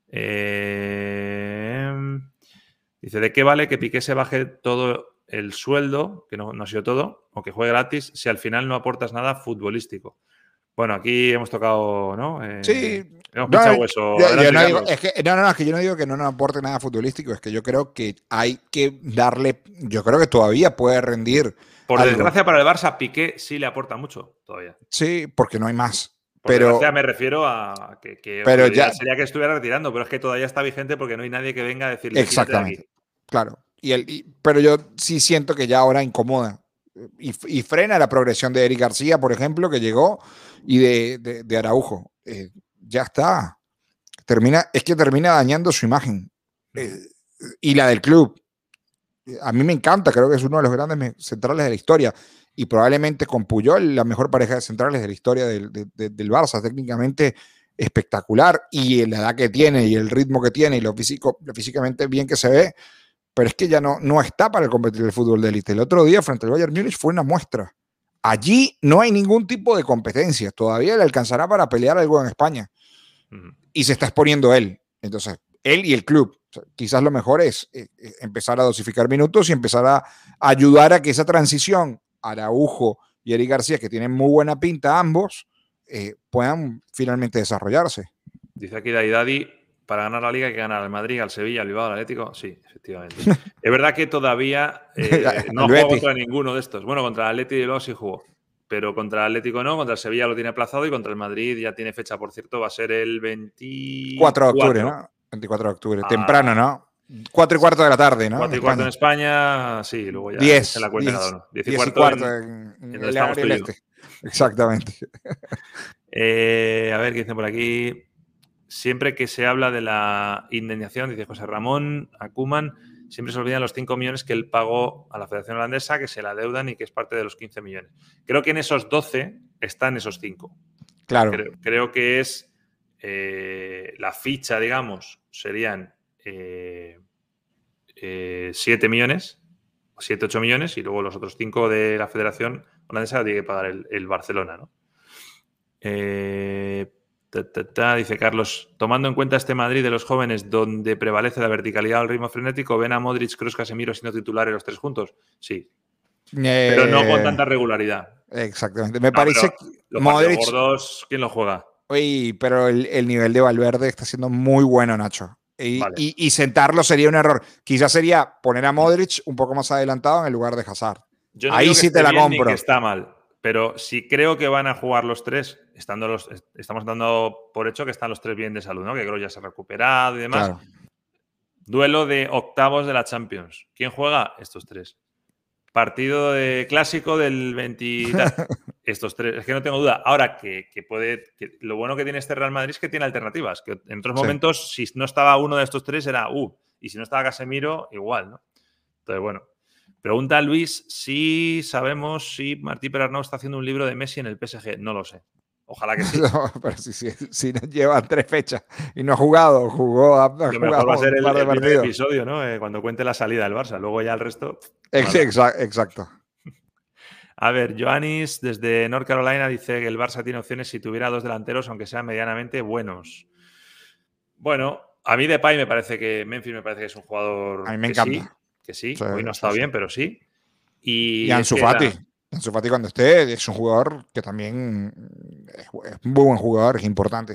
Eh, dice, ¿de qué vale que Piqué se baje todo el sueldo, que no, no ha sido todo, o que juegue gratis, si al final no aportas nada futbolístico? Bueno, aquí hemos tocado, ¿no? Eh, sí. Hemos pinchado hueso. Yo, yo no, digo, es que, no, no, es que yo no digo que no nos aporte nada futbolístico, es que yo creo que hay que darle, yo creo que todavía puede rendir. Por algo. desgracia para el Barça, Piqué sí le aporta mucho todavía. Sí, porque no hay más. Por pero desgracia me refiero a que, que pero ya, sería que estuviera retirando, pero es que todavía está vigente porque no hay nadie que venga a decirle. Exactamente, claro. Y el, y, pero yo sí siento que ya ahora incomoda y, y frena la progresión de Eric García, por ejemplo, que llegó, y de, de, de Araujo. Eh, ya está. Termina, es que termina dañando su imagen eh, y la del club. A mí me encanta, creo que es uno de los grandes centrales de la historia y probablemente con Puyol la mejor pareja de centrales de la historia del, de, de, del Barça, técnicamente espectacular, y la edad que tiene y el ritmo que tiene y lo, físico, lo físicamente bien que se ve, pero es que ya no, no está para competir el fútbol de élite. El otro día frente al Bayern Múnich fue una muestra. Allí no hay ningún tipo de competencia, todavía le alcanzará para pelear algo en España uh-huh. y se está exponiendo él, entonces él y el club. O sea, quizás lo mejor es eh, empezar a dosificar minutos y empezar a ayudar a que esa transición, Araujo y Eric García, que tienen muy buena pinta ambos, eh, puedan finalmente desarrollarse. Dice aquí Daidadi, para ganar la Liga hay que ganar al Madrid, al Sevilla, al Bilbao, al Atlético. Sí, efectivamente. Es verdad que todavía eh, no jugó contra ninguno de estos. Bueno, contra el Atlético y Bilbao sí jugó, pero contra el Atlético no, contra el Sevilla lo tiene aplazado y contra el Madrid ya tiene fecha, por cierto, va a ser el veinticuatro de octubre, ¿no? veinticuatro de octubre, ah, temprano, ¿no? cuatro y cuarto de la tarde, ¿no? cuatro y cuarto en España, sí, luego ya diez, se la cuenta diez, cada uno. diez y cuarto, cuarto en, en, en el área del este. Exactamente. eh, a ver, ¿qué dicen por aquí? Siempre que se habla de la indemnización, dice José Ramón, a Koeman, siempre se olvidan los cinco millones que él pagó a la Federación Holandesa, que se la deudan y que es parte de los quince millones. Creo que en esos doce están esos cinco. Claro. Creo, creo que es eh, la ficha, digamos, serían eh, eh, siete millones, siete, ocho millones, y luego los otros cinco de la Federación Holandesa tiene que pagar el, el Barcelona, ¿no? Eh, ta, ta, ta, dice Carlos, tomando en cuenta este Madrid de los jóvenes donde prevalece la verticalidad o el ritmo frenético, ¿ven a Modric, Kroos, Casemiro siendo titulares los tres juntos? Sí. Eh, pero no con tanta regularidad. Exactamente. Me no, parece que los Modric gordos, ¿quién lo juega? Uy, pero el, el nivel de Valverde está siendo muy bueno, Nacho. Y, vale. y, y sentarlo sería un error. Quizás sería poner a Modric un poco más adelantado en el lugar de Hazard. Yo no Ahí sí te la compro. Ni que está mal. Pero si creo que van a jugar los tres, estando los, estamos dando por hecho que están los tres bien de salud, ¿no? Que Kroos ya se ha recuperado y demás. Claro. Duelo de octavos de la Champions. ¿Quién juega? Estos tres. Partido de clásico del veinte. Estos tres. Es que no tengo duda. Ahora que, que puede. Que lo bueno que tiene este Real Madrid es que tiene alternativas. Que en otros sí. momentos, si no estaba uno de estos tres, era uh. Y si no estaba Casemiro, igual, ¿no? Entonces, bueno. Pregunta a Luis si sabemos si Martí Perarnau está haciendo un libro de Messi en el P S G. No lo sé. Ojalá que sí. No, pero si, si, si nos llevan tres fechas y no ha jugado, jugó. Ha, ha lo mejor va a ser el, el primer episodio, ¿no? Eh, cuando cuente la salida del Barça. Luego ya el resto. Exacto. exacto. A ver, Joannis desde North Carolina dice que el Barça tiene opciones si tuviera dos delanteros, aunque sean medianamente buenos. Bueno, a mí Depay me parece que Memphis me parece que es un jugador. A mí me que encanta. Sí, que sí. sí Hoy no ha sí, estado sí. bien, pero sí. Y, y Ansu Fati. La... Ansu Fati cuando esté es un jugador que también es un muy buen jugador, es importante.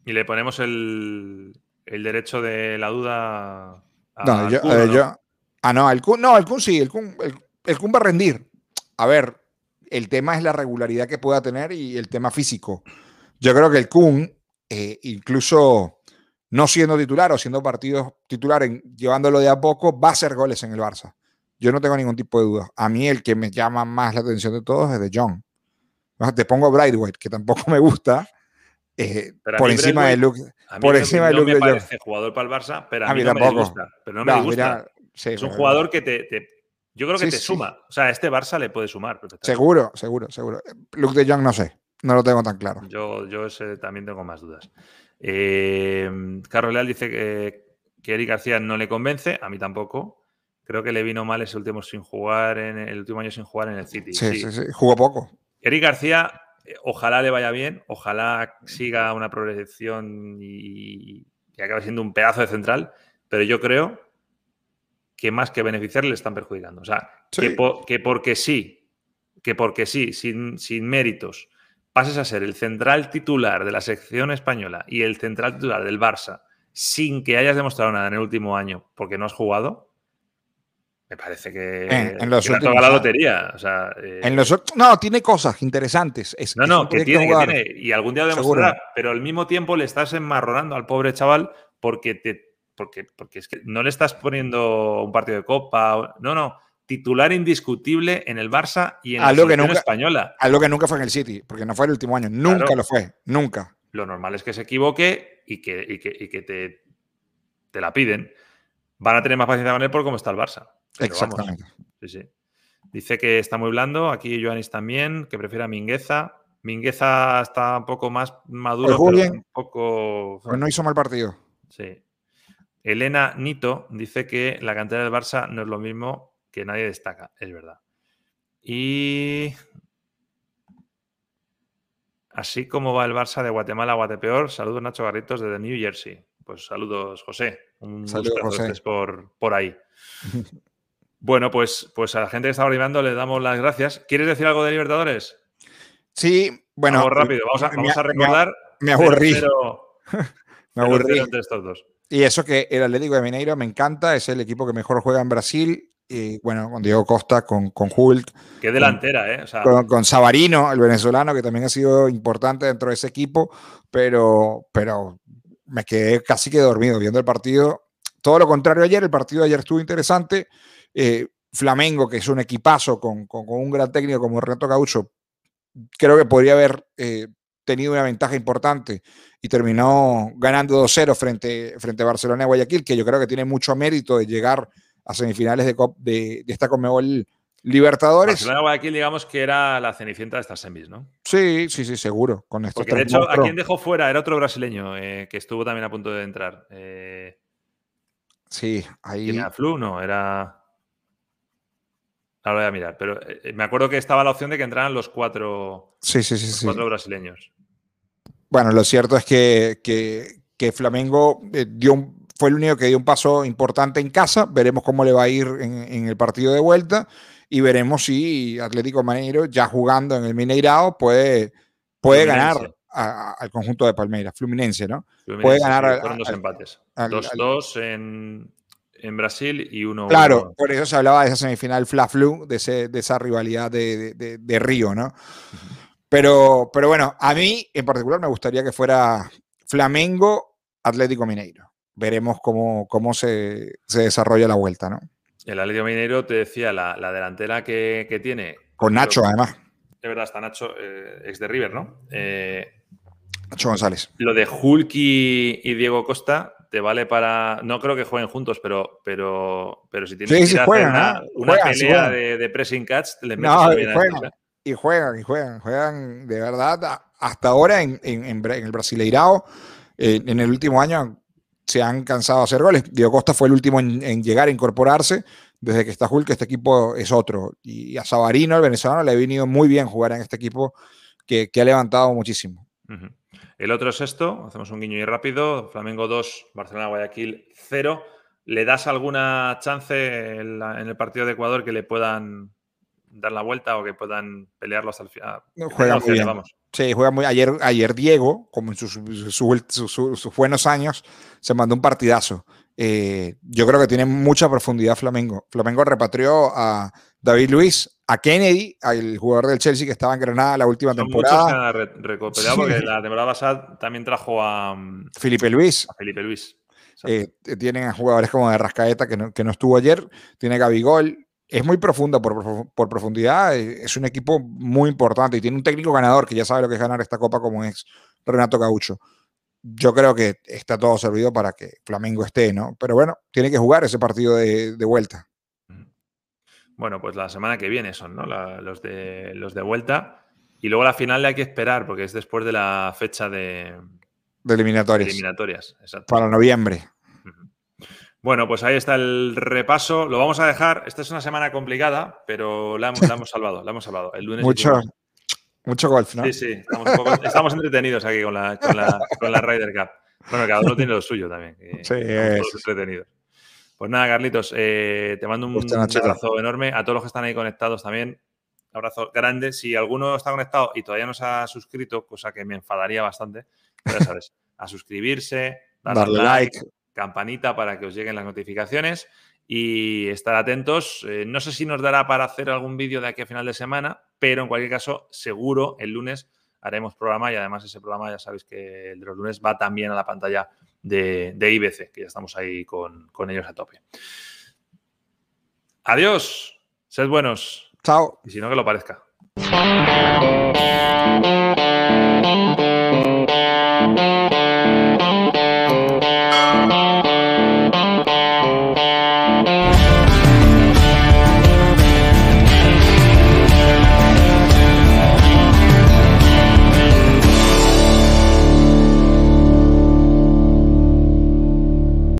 Y le ponemos el, el derecho de la duda a No, yo, Kun, eh, ¿no? yo. Ah, no, el Kun, no, el Kun sí, el Kun, el, el Kun va a rendir. A ver, el tema es la regularidad que pueda tener y el tema físico. Yo creo que el Kun, eh, incluso no siendo titular o siendo partidos titulares, llevándolo de a poco, va a hacer goles en el Barça. Yo no tengo ningún tipo de duda. A mí el que me llama más la atención de todos es De Jong. Te pongo Braithwaite, que tampoco me gusta, eh, por encima de Luke. Por encima de no Luke me de Jong. parece jugador para el Barça, pero a, a mí, mí no tampoco. me disgusta. Pero no me no, disgusta. Mira, sí, es un pero, jugador que te, te yo creo que sí, te sí. suma. O sea, este Barça le puede sumar. Seguro, seguro, seguro. Luke de Jong no sé. No lo tengo tan claro. Yo, yo ese también tengo más dudas. Eh, Carlos Leal dice que, que Eric García no le convence. A mí tampoco. Creo que le vino mal ese último sin jugar en el último año sin jugar en el City. Sí, sí, sí. sí. Jugó poco. Eric García, ojalá le vaya bien. Ojalá siga una progresión y, y acabe siendo un pedazo de central. Pero yo creo que más que beneficiarle le están perjudicando. O sea, sí. que, por, que porque sí, que porque sí, sin, sin méritos, pases a ser el central titular de la selección española y el central titular del Barça sin que hayas demostrado nada en el último año porque no has jugado, me parece que, en, en los que últimos, toca la lotería. O sea, eh, en los, no, tiene cosas interesantes. Es, no, es no, que tiene, jugar. que tiene. Y algún día lo demostrará. Pero al mismo tiempo le estás enmarronando al pobre chaval porque te... Porque, porque es que no le estás poniendo un partido de Copa. No, no. Titular indiscutible en el Barça y en la selección nunca, española. Algo que nunca fue en el City, porque no fue el último año. Nunca claro. lo fue. Nunca. Lo normal es que se equivoque y que, y que, y que te, te la piden. Van a tener más paciencia con él por cómo está el Barça. Pero exactamente. Vamos, sí, sí. Dice que está muy blando. Aquí Joanis también, que prefiere a Mingueza. Mingueza está un poco más maduro, pero bien. un poco... Pues no hizo mal partido. Sí. Elena Nito dice que la cantera del Barça no es lo mismo, que nadie destaca, es verdad. Y así como va el Barça de Guatemala a Guatepeor, saludos Nacho Garritos desde New Jersey. Pues saludos, José. Un saludos, José. Por, por ahí. Bueno, pues, pues a la gente que está arribando le damos las gracias. ¿Quieres decir algo de Libertadores? Sí, bueno. Vamos rápido, vamos a, vamos a recordar. Me, me aburrí. Pero, me aburrí. Entre estos dos. Y eso que el Atlético de Mineiro me encanta, es el equipo que mejor juega en Brasil. Y bueno, con Diego Costa, con, con Hulk. Qué delantera, con, ¿eh? O sea, con, con Savarino, el venezolano, que también ha sido importante dentro de ese equipo, pero, pero me quedé casi que dormido viendo el partido. Todo lo contrario ayer, el partido de ayer estuvo interesante. Eh, Flamengo, que es un equipazo con, con, con un gran técnico como Renato Gaucho, creo que podría haber eh, tenido una ventaja importante y terminó ganando dos cero frente, frente a Barcelona y Guayaquil, que yo creo que tiene mucho mérito de llegar a semifinales de, de, de esta Conmebol Libertadores. Barcelona y Guayaquil, digamos que era la cenicienta de estas semis, ¿no? Sí, sí, sí, seguro. Con estos Porque de hecho, monstruos. A quien dejó fuera era otro brasileño eh, que estuvo también a punto de entrar. Eh, sí, ahí. ¿Quién era Flu? No, era. Ahora voy a mirar, pero eh, me acuerdo que estaba la opción de que entraran los cuatro, sí, sí, sí, los sí. cuatro brasileños. Bueno, lo cierto es que, que, que Flamengo eh, dio un, fue el único que dio un paso importante en casa. Veremos cómo le va a ir en, en el partido de vuelta y veremos si Atlético Mineiro, ya jugando en el Mineirao, puede, puede ganar a, a, al conjunto de Palmeiras. Fluminense, ¿no? Fluminense, puede ganar. Sí, fueron dos al, empates. dos dos en, en Brasil y uno. Claro, uno. Por eso se hablaba de esa semifinal Fla-Flu, de, ese, de esa rivalidad de, de, de, de Río, ¿no? Uh-huh. Pero, pero bueno, a mí en particular me gustaría que fuera Flamengo, Atlético Mineiro. Veremos cómo, cómo se, se desarrolla la vuelta, ¿no? El Atlético Mineiro, te decía, la, la delantera que, que tiene. Con Nacho, pero, además. De verdad, está Nacho, eh, ex de River, ¿no? Eh, Nacho González. Lo de Hulk y, y Diego Costa te vale para. No creo que jueguen juntos, pero, pero, pero si tienes sí, que sí, ir a juegan, hacer una, ¿no? una juegan, pelea sí, de, de pressing catch, le metes no, también y a juegan, estos, ¿eh? y juegan, y juegan, juegan de verdad. Hasta ahora en, en, en el Brasileirao, eh, en el último año, se han cansado de hacer goles. Diego Costa fue el último en, en llegar a incorporarse. Desde que está Hulk, este equipo es otro. Y a Savarino, el venezolano, le ha venido muy bien jugar en este equipo que, que ha levantado muchísimo. Uh-huh. El otro sexto, hacemos un guiño y rápido. Flamengo dos, Barcelona Guayaquil cero. ¿Le das alguna chance en, la, en el partido de Ecuador que le puedan dar la vuelta o que puedan pelearlo hasta el final? No, juegan muy bien. Vamos. Sí, juega muy. Ayer, ayer Diego, como en sus, sus, sus, sus, sus buenos años, se mandó un partidazo. Eh, yo creo que tiene mucha profundidad Flamengo. Flamengo repatrió a David Luiz, a Kennedy, al jugador del Chelsea que estaba en Granada la última Son temporada. Muchos que han re recuperado sí. Porque la temporada pasada también trajo a Felipe Luis. A Felipe Luis. Eh, tienen a jugadores como de Rascaeta que no, que no estuvo ayer. Tiene Gabigol. Es muy profunda por, por profundidad. Es un equipo muy importante y tiene un técnico ganador que ya sabe lo que es ganar esta copa, como es Renato Gaucho. Yo creo que está todo servido para que Flamengo esté, ¿no? Pero bueno, tiene que jugar ese partido de, de vuelta. Bueno, pues la semana que viene son, ¿no? La, los, de, los de vuelta. Y luego la final le hay que esperar porque es después de la fecha de, de eliminatorias. De eliminatorias, exacto. Para noviembre. Bueno, pues ahí está el repaso. Lo vamos a dejar. Esta es una semana complicada, pero la hemos, la hemos salvado. La hemos salvado. El lunes mucho, hicimos... mucho golf, ¿no? Sí, sí. Estamos, un poco, estamos entretenidos aquí con la, con, la, con la Ryder Cup. Bueno, cada uno tiene lo suyo también. Sí, estamos todos entretenidos. Pues nada, Carlitos, eh, te mando un, un abrazo enorme. A todos los que están ahí conectados también. Un abrazo grande. Si alguno está conectado y todavía no se ha suscrito, cosa que me enfadaría bastante, ya sabes, a suscribirse, darle, darle like, like, campanita para que os lleguen las notificaciones y estar atentos. Eh, no sé si nos dará para hacer algún vídeo de aquí a final de semana, pero en cualquier caso, seguro el lunes haremos programa y además ese programa ya sabéis que el de los lunes va también a la pantalla de, de I B C, que ya estamos ahí con, con ellos a tope. Adiós, sed buenos. Chao. Y si no, que lo parezca.